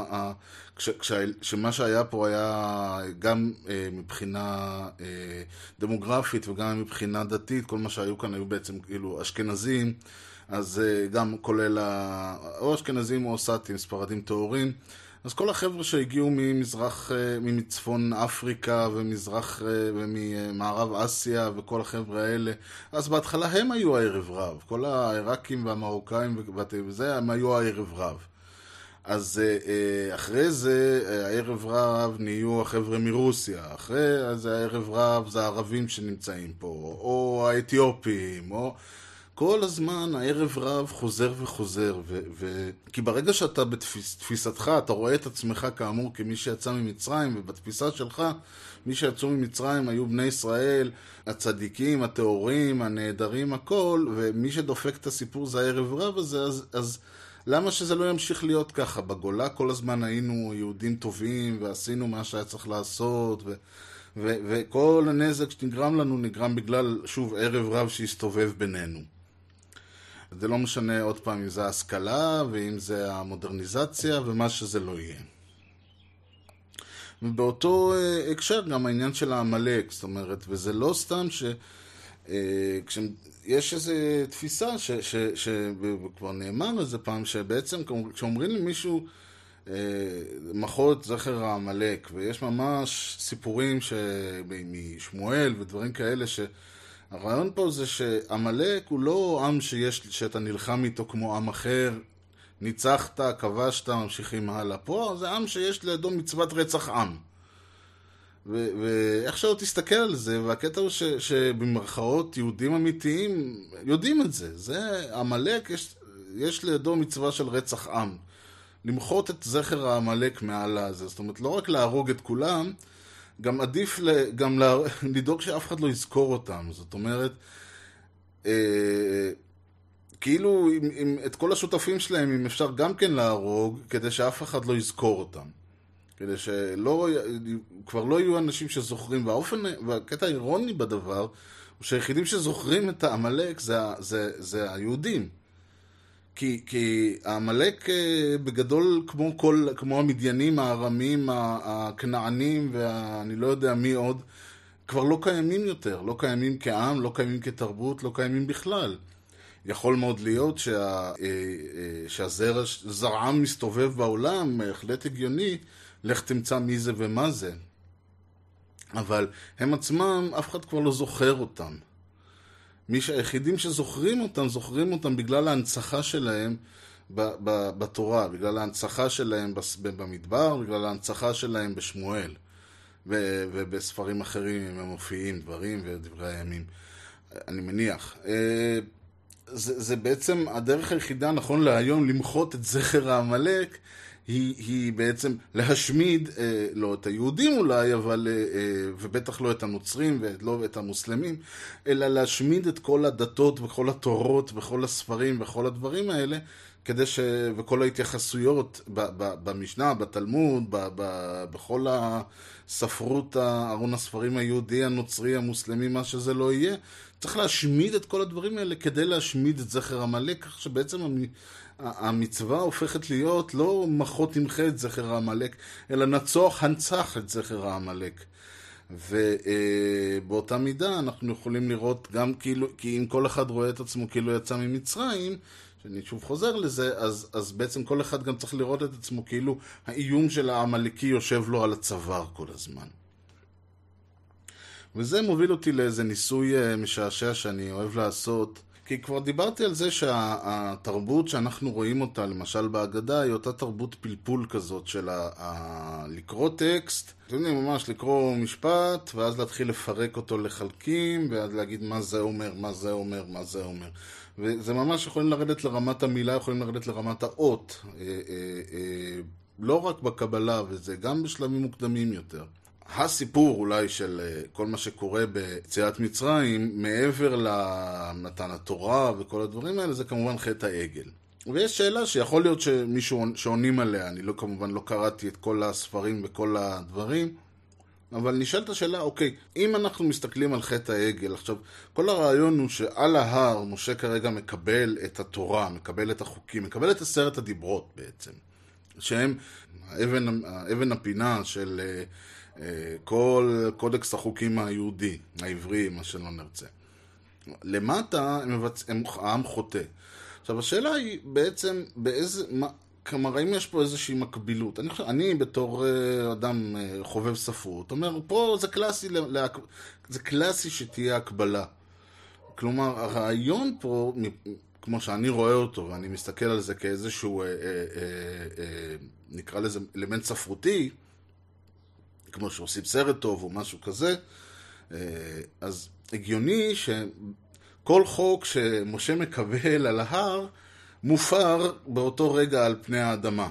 [SPEAKER 3] שמה שהיה פה היה גם מבחינה דמוגרפית וגם מבחינה דתית, כל מה שהיו כאן היו בעצם כאילו אשכנזים, אז גם כולל או אשכנזים או סאטים, ספרדים טהורים, אז כל החבר'ה שהגיעו ממזרח, מצפון אפריקה ומזרח וממערב אסיה וכל החבר'ה האלה, אז בהתחלה הם היו הערב רב, כל העיראקים והמרוקאים וזה, הם היו הערב רב. אז אחרי זה הערב רב נהיו החבר'ה מרוסיה, אחרי זה הערב רב זה הערבים שנמצאים פה, או האתיופים, או... כל הזמן הערב רב חוזר וחוזר, ו- ו- כי ברגע שאתה בתפיסתך, אתה רואה את עצמך כאמור כמי שיצא ממצרים, ובתפיסה שלך, מי שיצאו ממצרים היו בני ישראל, הצדיקים, התיאורים, הנהדרים, הכל, ומי שדופק את הסיפור זה הערב רב הזה, אז, אז למה שזה לא ימשיך להיות ככה? בגולה כל הזמן היינו יהודים טובים, ועשינו מה שהיה צריך לעשות, ו- ו- וכל הנזק שנגרם לנו נגרם בגלל, שוב, ערב רב שהסתובב בינינו. זה לא משנה עוד פעם אם זה ההשכלה ואם זה המודרניזציה ומה שזה לא יהיה. ובאותו הקשר גם העניין של העמלק, זאת אומרת, וזה לא סתם ש... יש איזו תפיסה שכבר נאמר איזה פעם, שבעצם כשאומרים למישהו מחות זכר העמלק, ויש ממש סיפורים משמואל ודברים כאלה, שהרעיון פה זה שעמלק הוא לא עם שיש, שאתה נלחם איתו כמו עם אחר, ניצחת, כבשת, ממשיכים הלאה. פה זה עם שיש לידו מצוות רצח עם. ואיך שלא תסתכל על זה, והקטע הוא ש, שבמרכאות יהודים אמיתיים יודעים את זה. זה עמלק, יש, יש לידו מצווה של רצח עם. למחות את זכר העמלק מעל הזה. זאת אומרת, לא רק להרוג את כולם, גם עדיף גם לדאוג שאף אחד לא יזכור אותם. זאת אומרת, אה, כאילו עם, עם, את כל השותפים שלהם, אם אפשר גם כן להרוג, כדי שאף אחד לא יזכור אותם. כדי שלא, כבר לא יהיו אנשים שזוכרים, והאופן, והקטע האירוני בדבר, הוא שהיחידים שזוכרים את העמלק זה, זה, זה היהודים. כי, כי העמלק בגדול, כמו כל, כמו המדיינים, הארמים, הכנענים, ואני לא יודע מי עוד, כבר לא קיימים יותר, לא קיימים כעם, לא קיימים כתרבות, לא קיימים בכלל. יכול מאוד להיות שה, שהזרעם מסתובב בעולם, החלט הגיוני, לך תמצא מי זה ומה זה. אבל הם עצמם, אף אחד כבר לא זוכר אותם. מי שהיחידים שזוכרים אותם, זוכרים אותם בגלל ההנצחה שלהם ב- ב- בתורה, בגלל ההנצחה שלהם במדבר, בגלל ההנצחה שלהם בשמואל, ו- ובספרים אחרים הם מופיעים דברים ודברי הימים. אני מניח. זה, זה בעצם הדרך היחידה, נכון להיום, למחות את זכר העמלק, היא, היא בעצם להשמיד, אה, לא את היהודים אולי, אבל, אה, ובטח לא את הנוצרים ולא את המוסלמים, אלא להשמיד את כל הדתות וכל התורות וכל הספרים וכל הדברים האלה, כדי ש... וכל ההתייחסויות ב, ב, במשנה, בתלמוד, ב, ב, בכל הספרות, ארון הספרים היהודי, הנוצרי, המוסלמי, מה שזה לא יהיה, צריך להשמיד את כל הדברים האלה כדי להשמיד את זכר עמלק, כך שבעצם המ... המצווה הופכת להיות לא מחות תמחה את זכר העמלק, אלא נצוח הנצח את זכר העמלק. ובאותה מידה אנחנו יכולים לראות גם כאילו, כי אם כל אחד רואה את עצמו כאילו יצא ממצרים, שאני שוב חוזר לזה, אז, אז בעצם כל אחד גם צריך לראות את עצמו כאילו האיום של העמלקי יושב לו על הצוואר כל הזמן. וזה מוביל אותי לאיזה ניסוי משעשע שאני אוהב לעשות, כי כבר דיברתי על זה שהתרבות שאנחנו רואים אותה, למשל בהגדה, היא אותה תרבות פלפול כזאת של ה- ה- לקרוא טקסט, אתם יודעים, ממש לקרוא משפט, ואז להתחיל לפרק אותו לחלקים, ואז להגיד מה זה אומר, מה זה אומר, מה זה אומר. וזה ממש יכולים לרדת לרמת המילה, יכולים לרדת לרמת האות, אה, אה, אה, לא רק בקבלה, וזה גם בשלבים מוקדמים יותר. הסיפור אולי של כל מה שקורה ביציאת מצרים, מעבר למתן התורה וכל הדברים האלה, זה כמובן חטא העגל. ויש שאלה שיכול להיות שמישהו שעונים עליה, אני לא, כמובן לא קראתי את כל הספרים וכל הדברים, אבל נשאלת השאלה, אוקיי, אם אנחנו מסתכלים על חטא העגל, עכשיו, כל הרעיון הוא שעל ההר משה כרגע מקבל את התורה, מקבל את החוקים, מקבל את עשרת הדיברות בעצם, שהם אבן, אבן הפינה של כל קודקס החוקים היהודי, העברי, מה שלא נרצה. למטה הם מבצ... הם... העם חוטא. עכשיו, השאלה היא בעצם באיזה... מה... כלומר, האם יש פה איזושהי מקבילות? אני חושב, אני בתור אדם חובב ספרות, אומר, פה זה קלאסי, לה... זה קלאסי שתהיה הקבלה. כלומר, הרעיון פה, כמו שאני רואה אותו, ואני מסתכל על זה כאיזשהו, אה, אה, אה, נקרא לזה אלמנט ספרותי, כמו שעושים סרט טוב או משהו כזה, אז הגיוני שכל חוק שמשה מקבל על ההר מופר באותו רגע על פני האדמה.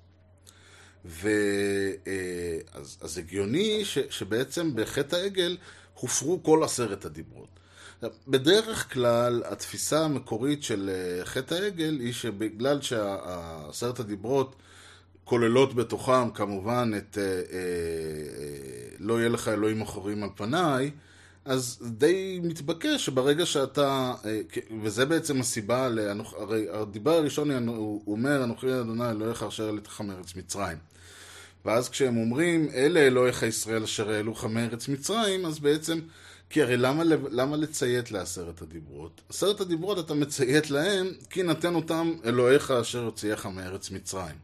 [SPEAKER 3] ואז אז הגיוני ש, שבעצם בחטא העגל הופרו כל עשרת הדיברות. בדרך כלל התפיסה המקורית של חטא העגל היא שבגלל שעשרת הדיברות כוללות בתוכם כמובן את אה, אה, לא יהיה לך אלוהים אחרים על פניי, אז די מתבקש שברגע שאתה, אה, וזה בעצם הסיבה, לאנוכ, הרי הדיבר הראשון הוא אומר, אנוכי אדוני אלוהיך אשר העליתך מארץ מצרים. ואז כשהם אומרים, אלה אלוהיך ישראל אשר העלוך מארץ מצרים, אז בעצם כי הרי למה, למה לציית לעשרת הדיברות? עשרת הדיברות אתה מציית להם, כי נתן אותם אלוהיך אשר הוציאך מארץ מצרים.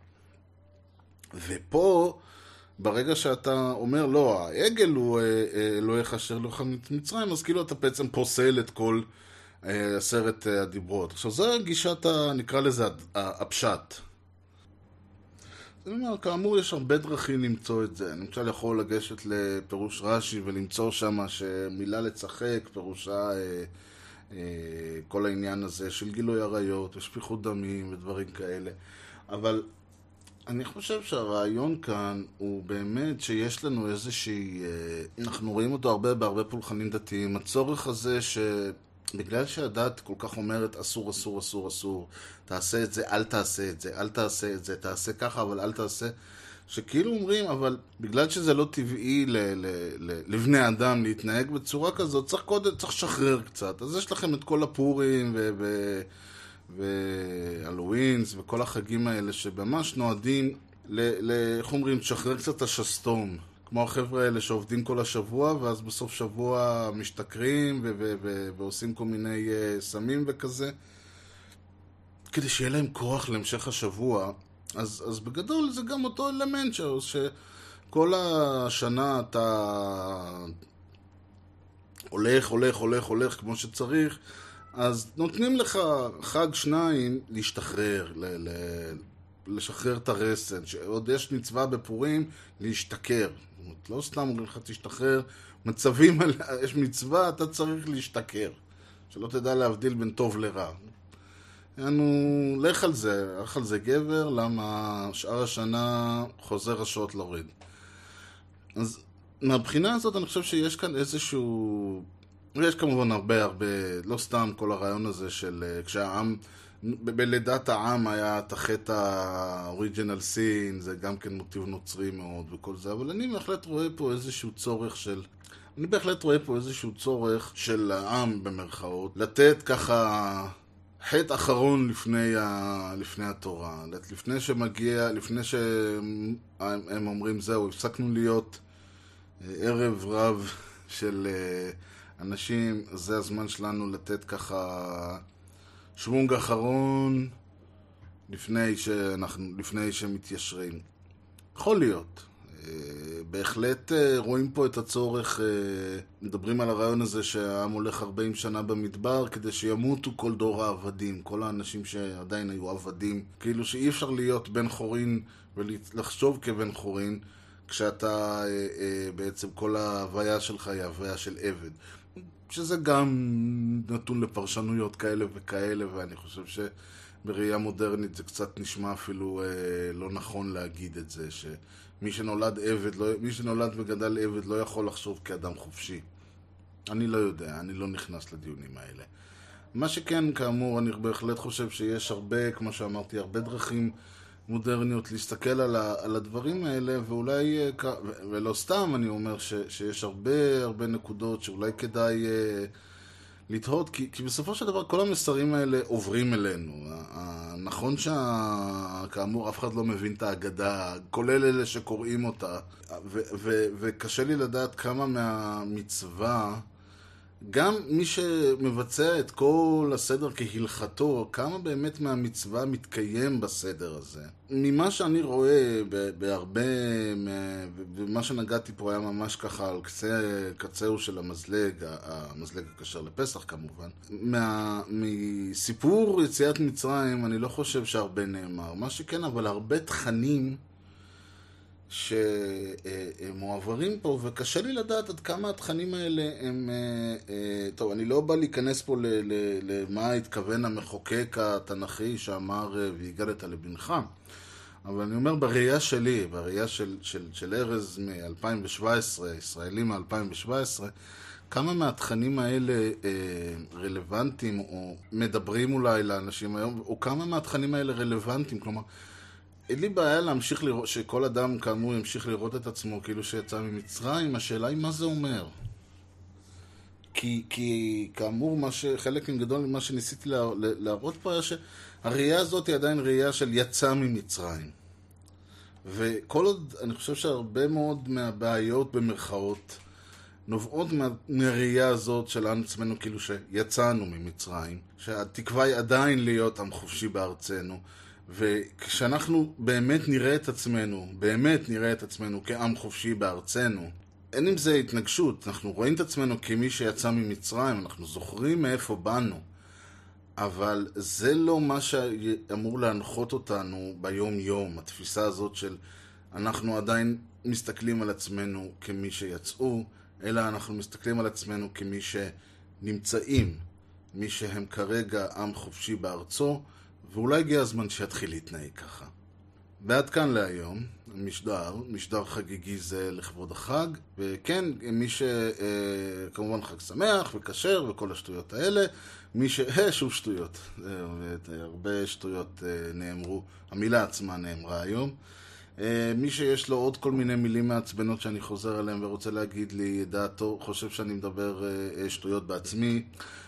[SPEAKER 3] ופה, ברגע שאתה אומר, לא, העגל הוא אלוהיך אשר הוציאך מצרים, אז כאילו אתה בעצם פוסל את כל עשרת הדיברות. עכשיו, זו גישת, נקרא לזה, הפשט. זאת אומרת, כאמור, יש הרבה דרכים למצוא את זה. אני למשל יכול לגשת לפירוש רש"י ולמצוא שם שמילה לצחק, פירושה אה, אה, כל העניין הזה של גילוי עריות ושפיכות דמים ודברים כאלה. אבל אני חושב שהרעיון כאן הוא באמת שיש לנו איזושהי, אה, אנחנו רואים אותו הרבה בהרבה פולחנים דתיים, הצורך הזה ש... בגלל שהדת כל כך אומרת אסור, אסור, אסור, אסור, תעשה את זה, אל תעשה את זה, אל תעשה את זה, תעשה ככה, אבל אל תעשה, שכאילו אומרים, אבל בגלל שזה לא טבעי ל- ל- ל- לבני אדם להתנהג בצורה כזאת, צריך קודם, צריך לשחרר קצת. אז יש לכם את כל הפורים והלווינס וכל החגים האלה שממש נועדים, איך אומרים, לשחרר קצת את השסתום. כמו החבר'ה האלה שעובדים כל השבוע, ואז בסוף שבוע משתכרים ו- ו- ו- ועושים כל מיני uh, סמים וכזה, כדי שיהיה להם כוח להמשך השבוע. אז, אז בגדול זה גם אותו אלמנט ש- שכל השנה אתה הולך, הולך, הולך, הולך כמו שצריך, אז נותנים לך חג שניים להשתחרר, ל- ל- לשחרר את הרסן. שעוד יש מצווה בפורים להשתכר. לא סתם אומרים לך תשתחרר, מצבים, יש מצווה, אתה צריך להשתכר. שלא תדע להבדיל בין טוב לרע. יענו, לך על זה, לך על זה גבר, למה שאר השנה חוזר השעות להוריד. אז מהבחינה הזאת אני חושב שיש כאן איזשהו... יש כמובן הרבה הרבה, לא סתם כל הרעיון הזה של כשהעם... בלידת העם היה את החטא האוריג'ינל סין, זה גם כן מוטיב נוצרי מאוד וכל זה, אבל אני בהחלט רואה פה איזשהו צורך של, אני בהחלט רואה פה איזשהו צורך של העם במרכאות, לתת ככה חטא אחרון לפני, ה, לפני התורה, לפני שמגיע, לפני שהם אומרים זהו, הפסקנו להיות ערב רב של אנשים, זה הזמן שלנו לתת ככה שוונג אחרון לפני שאנחנו, לפני שמתיישרים. יכול להיות. בהחלט רואים פה את הצורך, מדברים על הרעיון הזה שהעם הולך ארבעים שנה במדבר כדי שימותו כל דור העבדים, כל האנשים שעדיין היו עבדים, כאילו שאי אפשר להיות בן חורין ולחשוב כבן חורין כשאתה בעצם כל ההוויה שלך היא ההוויה של עבד. שזה גם נתון לפרשנויות כאלה וכאלה, ואני חושב שבראייה מודרנית זה קצת נשמע אפילו אה, לא נכון להגיד את זה, שמי שנולד עבד, לא, מי שנולד וגדל עבד לא יכול לחשוב כאדם חופשי. אני לא יודע, אני לא נכנס לדיונים האלה. מה שכן, כאמור, אני בהחלט חושב שיש הרבה, כמו שאמרתי, הרבה דרכים מודרניות להסתכל על, ה, על הדברים האלה, ואולי, ולא סתם אני אומר ש, שיש הרבה הרבה נקודות שאולי כדאי uh, לתהות, כי, כי בסופו של דבר כל המסרים האלה עוברים אלינו. נכון שכאמור אף אחד לא מבין את האגדה, כולל אלה שקוראים אותה, ו, ו, וקשה לי לדעת כמה מהמצווה, גם מי שמבצע את כל הסדר כהלכתו, כמה באמת מהמצווה מתקיים בסדר הזה. ממה שאני רואה בהרבה, ומה שנגעתי פה היה ממש ככה על קצה, קצהו של המזלג, המזלג הקשר לפסח כמובן. מה, מסיפור יציאת מצרים אני לא חושב שהרבה נאמר. מה שכן, אבל הרבה תכנים שהם מועברים פה, וקשה לי לדעת עד כמה התכנים האלה הם... טוב, אני לא בא להיכנס פה למה התכוון המחוקק התנ"כי שאמר ויגדת לבנך, אבל אני אומר בראייה שלי, בראייה של, של, של ארז מ-אלפיים שבע עשרה, ישראלי מ-אלפיים שבע עשרה, כמה מהתכנים האלה רלוונטיים, או מדברים אולי לאנשים היום, או כמה מהתכנים האלה רלוונטיים, כלומר, אין לי בעיה להמשיך לראות, שכל אדם כאמור ימשיך לראות את עצמו כאילו שיצא ממצרים, השאלה היא מה זה אומר. כי, כי כאמור, מה שחלק גדול ממה שניסיתי לה, להראות פה היה שהראייה הזאת היא עדיין ראייה של יצא ממצרים. וכל עוד, אני חושב שהרבה מאוד מהבעיות במרכאות נובעות מהראייה הזאת של עצמנו כאילו שיצאנו ממצרים, שהתקווה היא עדיין להיות עם חופשי בארצנו, וכשאנחנו באמת נראה את עצמנו, באמת נראה את עצמנו כעם חופשי בארצנו, אין עם זה התנגשות, אנחנו רואים את עצמנו כמי שיצא ממצרים, אנחנו זוכרים מאיפה באנו, אבל זה לא מה שאמור להנחות אותנו ביום יום, התפיסה הזאת של אנחנו עדיין מסתכלים על עצמנו כמי שיצאו, אלא אנחנו מסתכלים על עצמנו כמי שנמצאים, מי שהם כרגע עם חופשי בארצו, ואולי הגיע הזמן שיתחיל להתנהג ככה. ועד כאן להיום, משדר, משדר חגיגי זה לכבוד החג, וכן, מי שכמובן חג שמח וכשר וכל השטויות האלה, מי ש... שוב שטויות, הרבה שטויות נאמרו, המילה עצמה נאמרה היום. מי שיש לו עוד כל מיני מילים מעצבנות שאני חוזר עליהם ורוצה להגיד לי דעתו, חושב שאני מדבר שטויות בעצמי,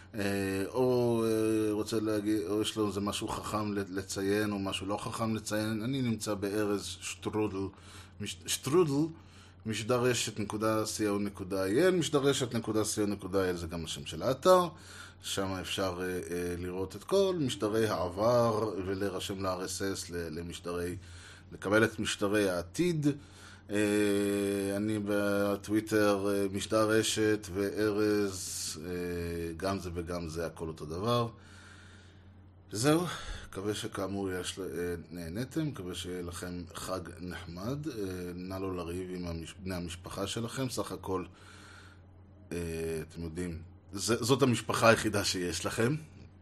[SPEAKER 3] או רוצה להגיד, או יש לו איזה משהו חכם לציין או משהו לא חכם לציין, אני נמצא בארז שטרודל, שטרודל, משדרשת נקודה סי או נקודה איי אל, משדרשת נקודה סי או נקודה איי אל זה גם השם של האתר, שם אפשר לראות את כל משדרי העבר ולרשם ל-אר אס אס למשדרי, לקבל את משדרי העתיד. אני בטוויטר משדר רשת וארז, גם זה וגם זה, הכל אותו דבר. וזהו, מקווה שכאמור יש, נהנתם, מקווה שיהיה לכם חג נחמד, נא לא לריב עם בני המשפחה שלכם, סך הכל, אתם יודעים, זאת המשפחה היחידה שיש לכם.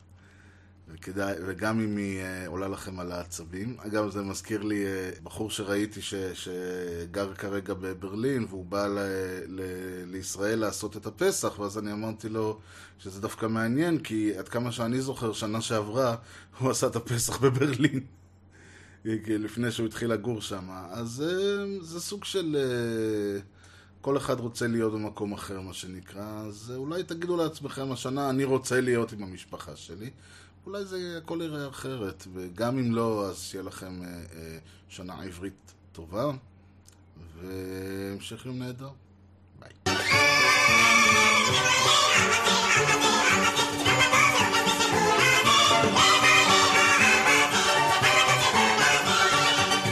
[SPEAKER 3] וכדאי, וגם אם היא אה, עולה לכם על העצבים. אגב, זה מזכיר לי אה, בחור שראיתי ש, שגר כרגע בברלין, והוא בא ל, ל, לישראל לעשות את הפסח, ואז אני אמרתי לו שזה דווקא מעניין, כי עד כמה שאני זוכר, שנה שעברה, הוא עשה את הפסח בברלין, לפני שהוא התחיל לגור שם. אז אה, זה סוג של... אה, כל אחד רוצה להיות במקום אחר, מה שנקרא. אז אולי תגידו לעצמכם, השנה אני רוצה להיות עם המשפחה שלי. אולי זה הכל יראה אחרת, וגם אם לא, אז שיהיה לכם אה, אה, שנה עברית טובה, והמשך יום נהדר.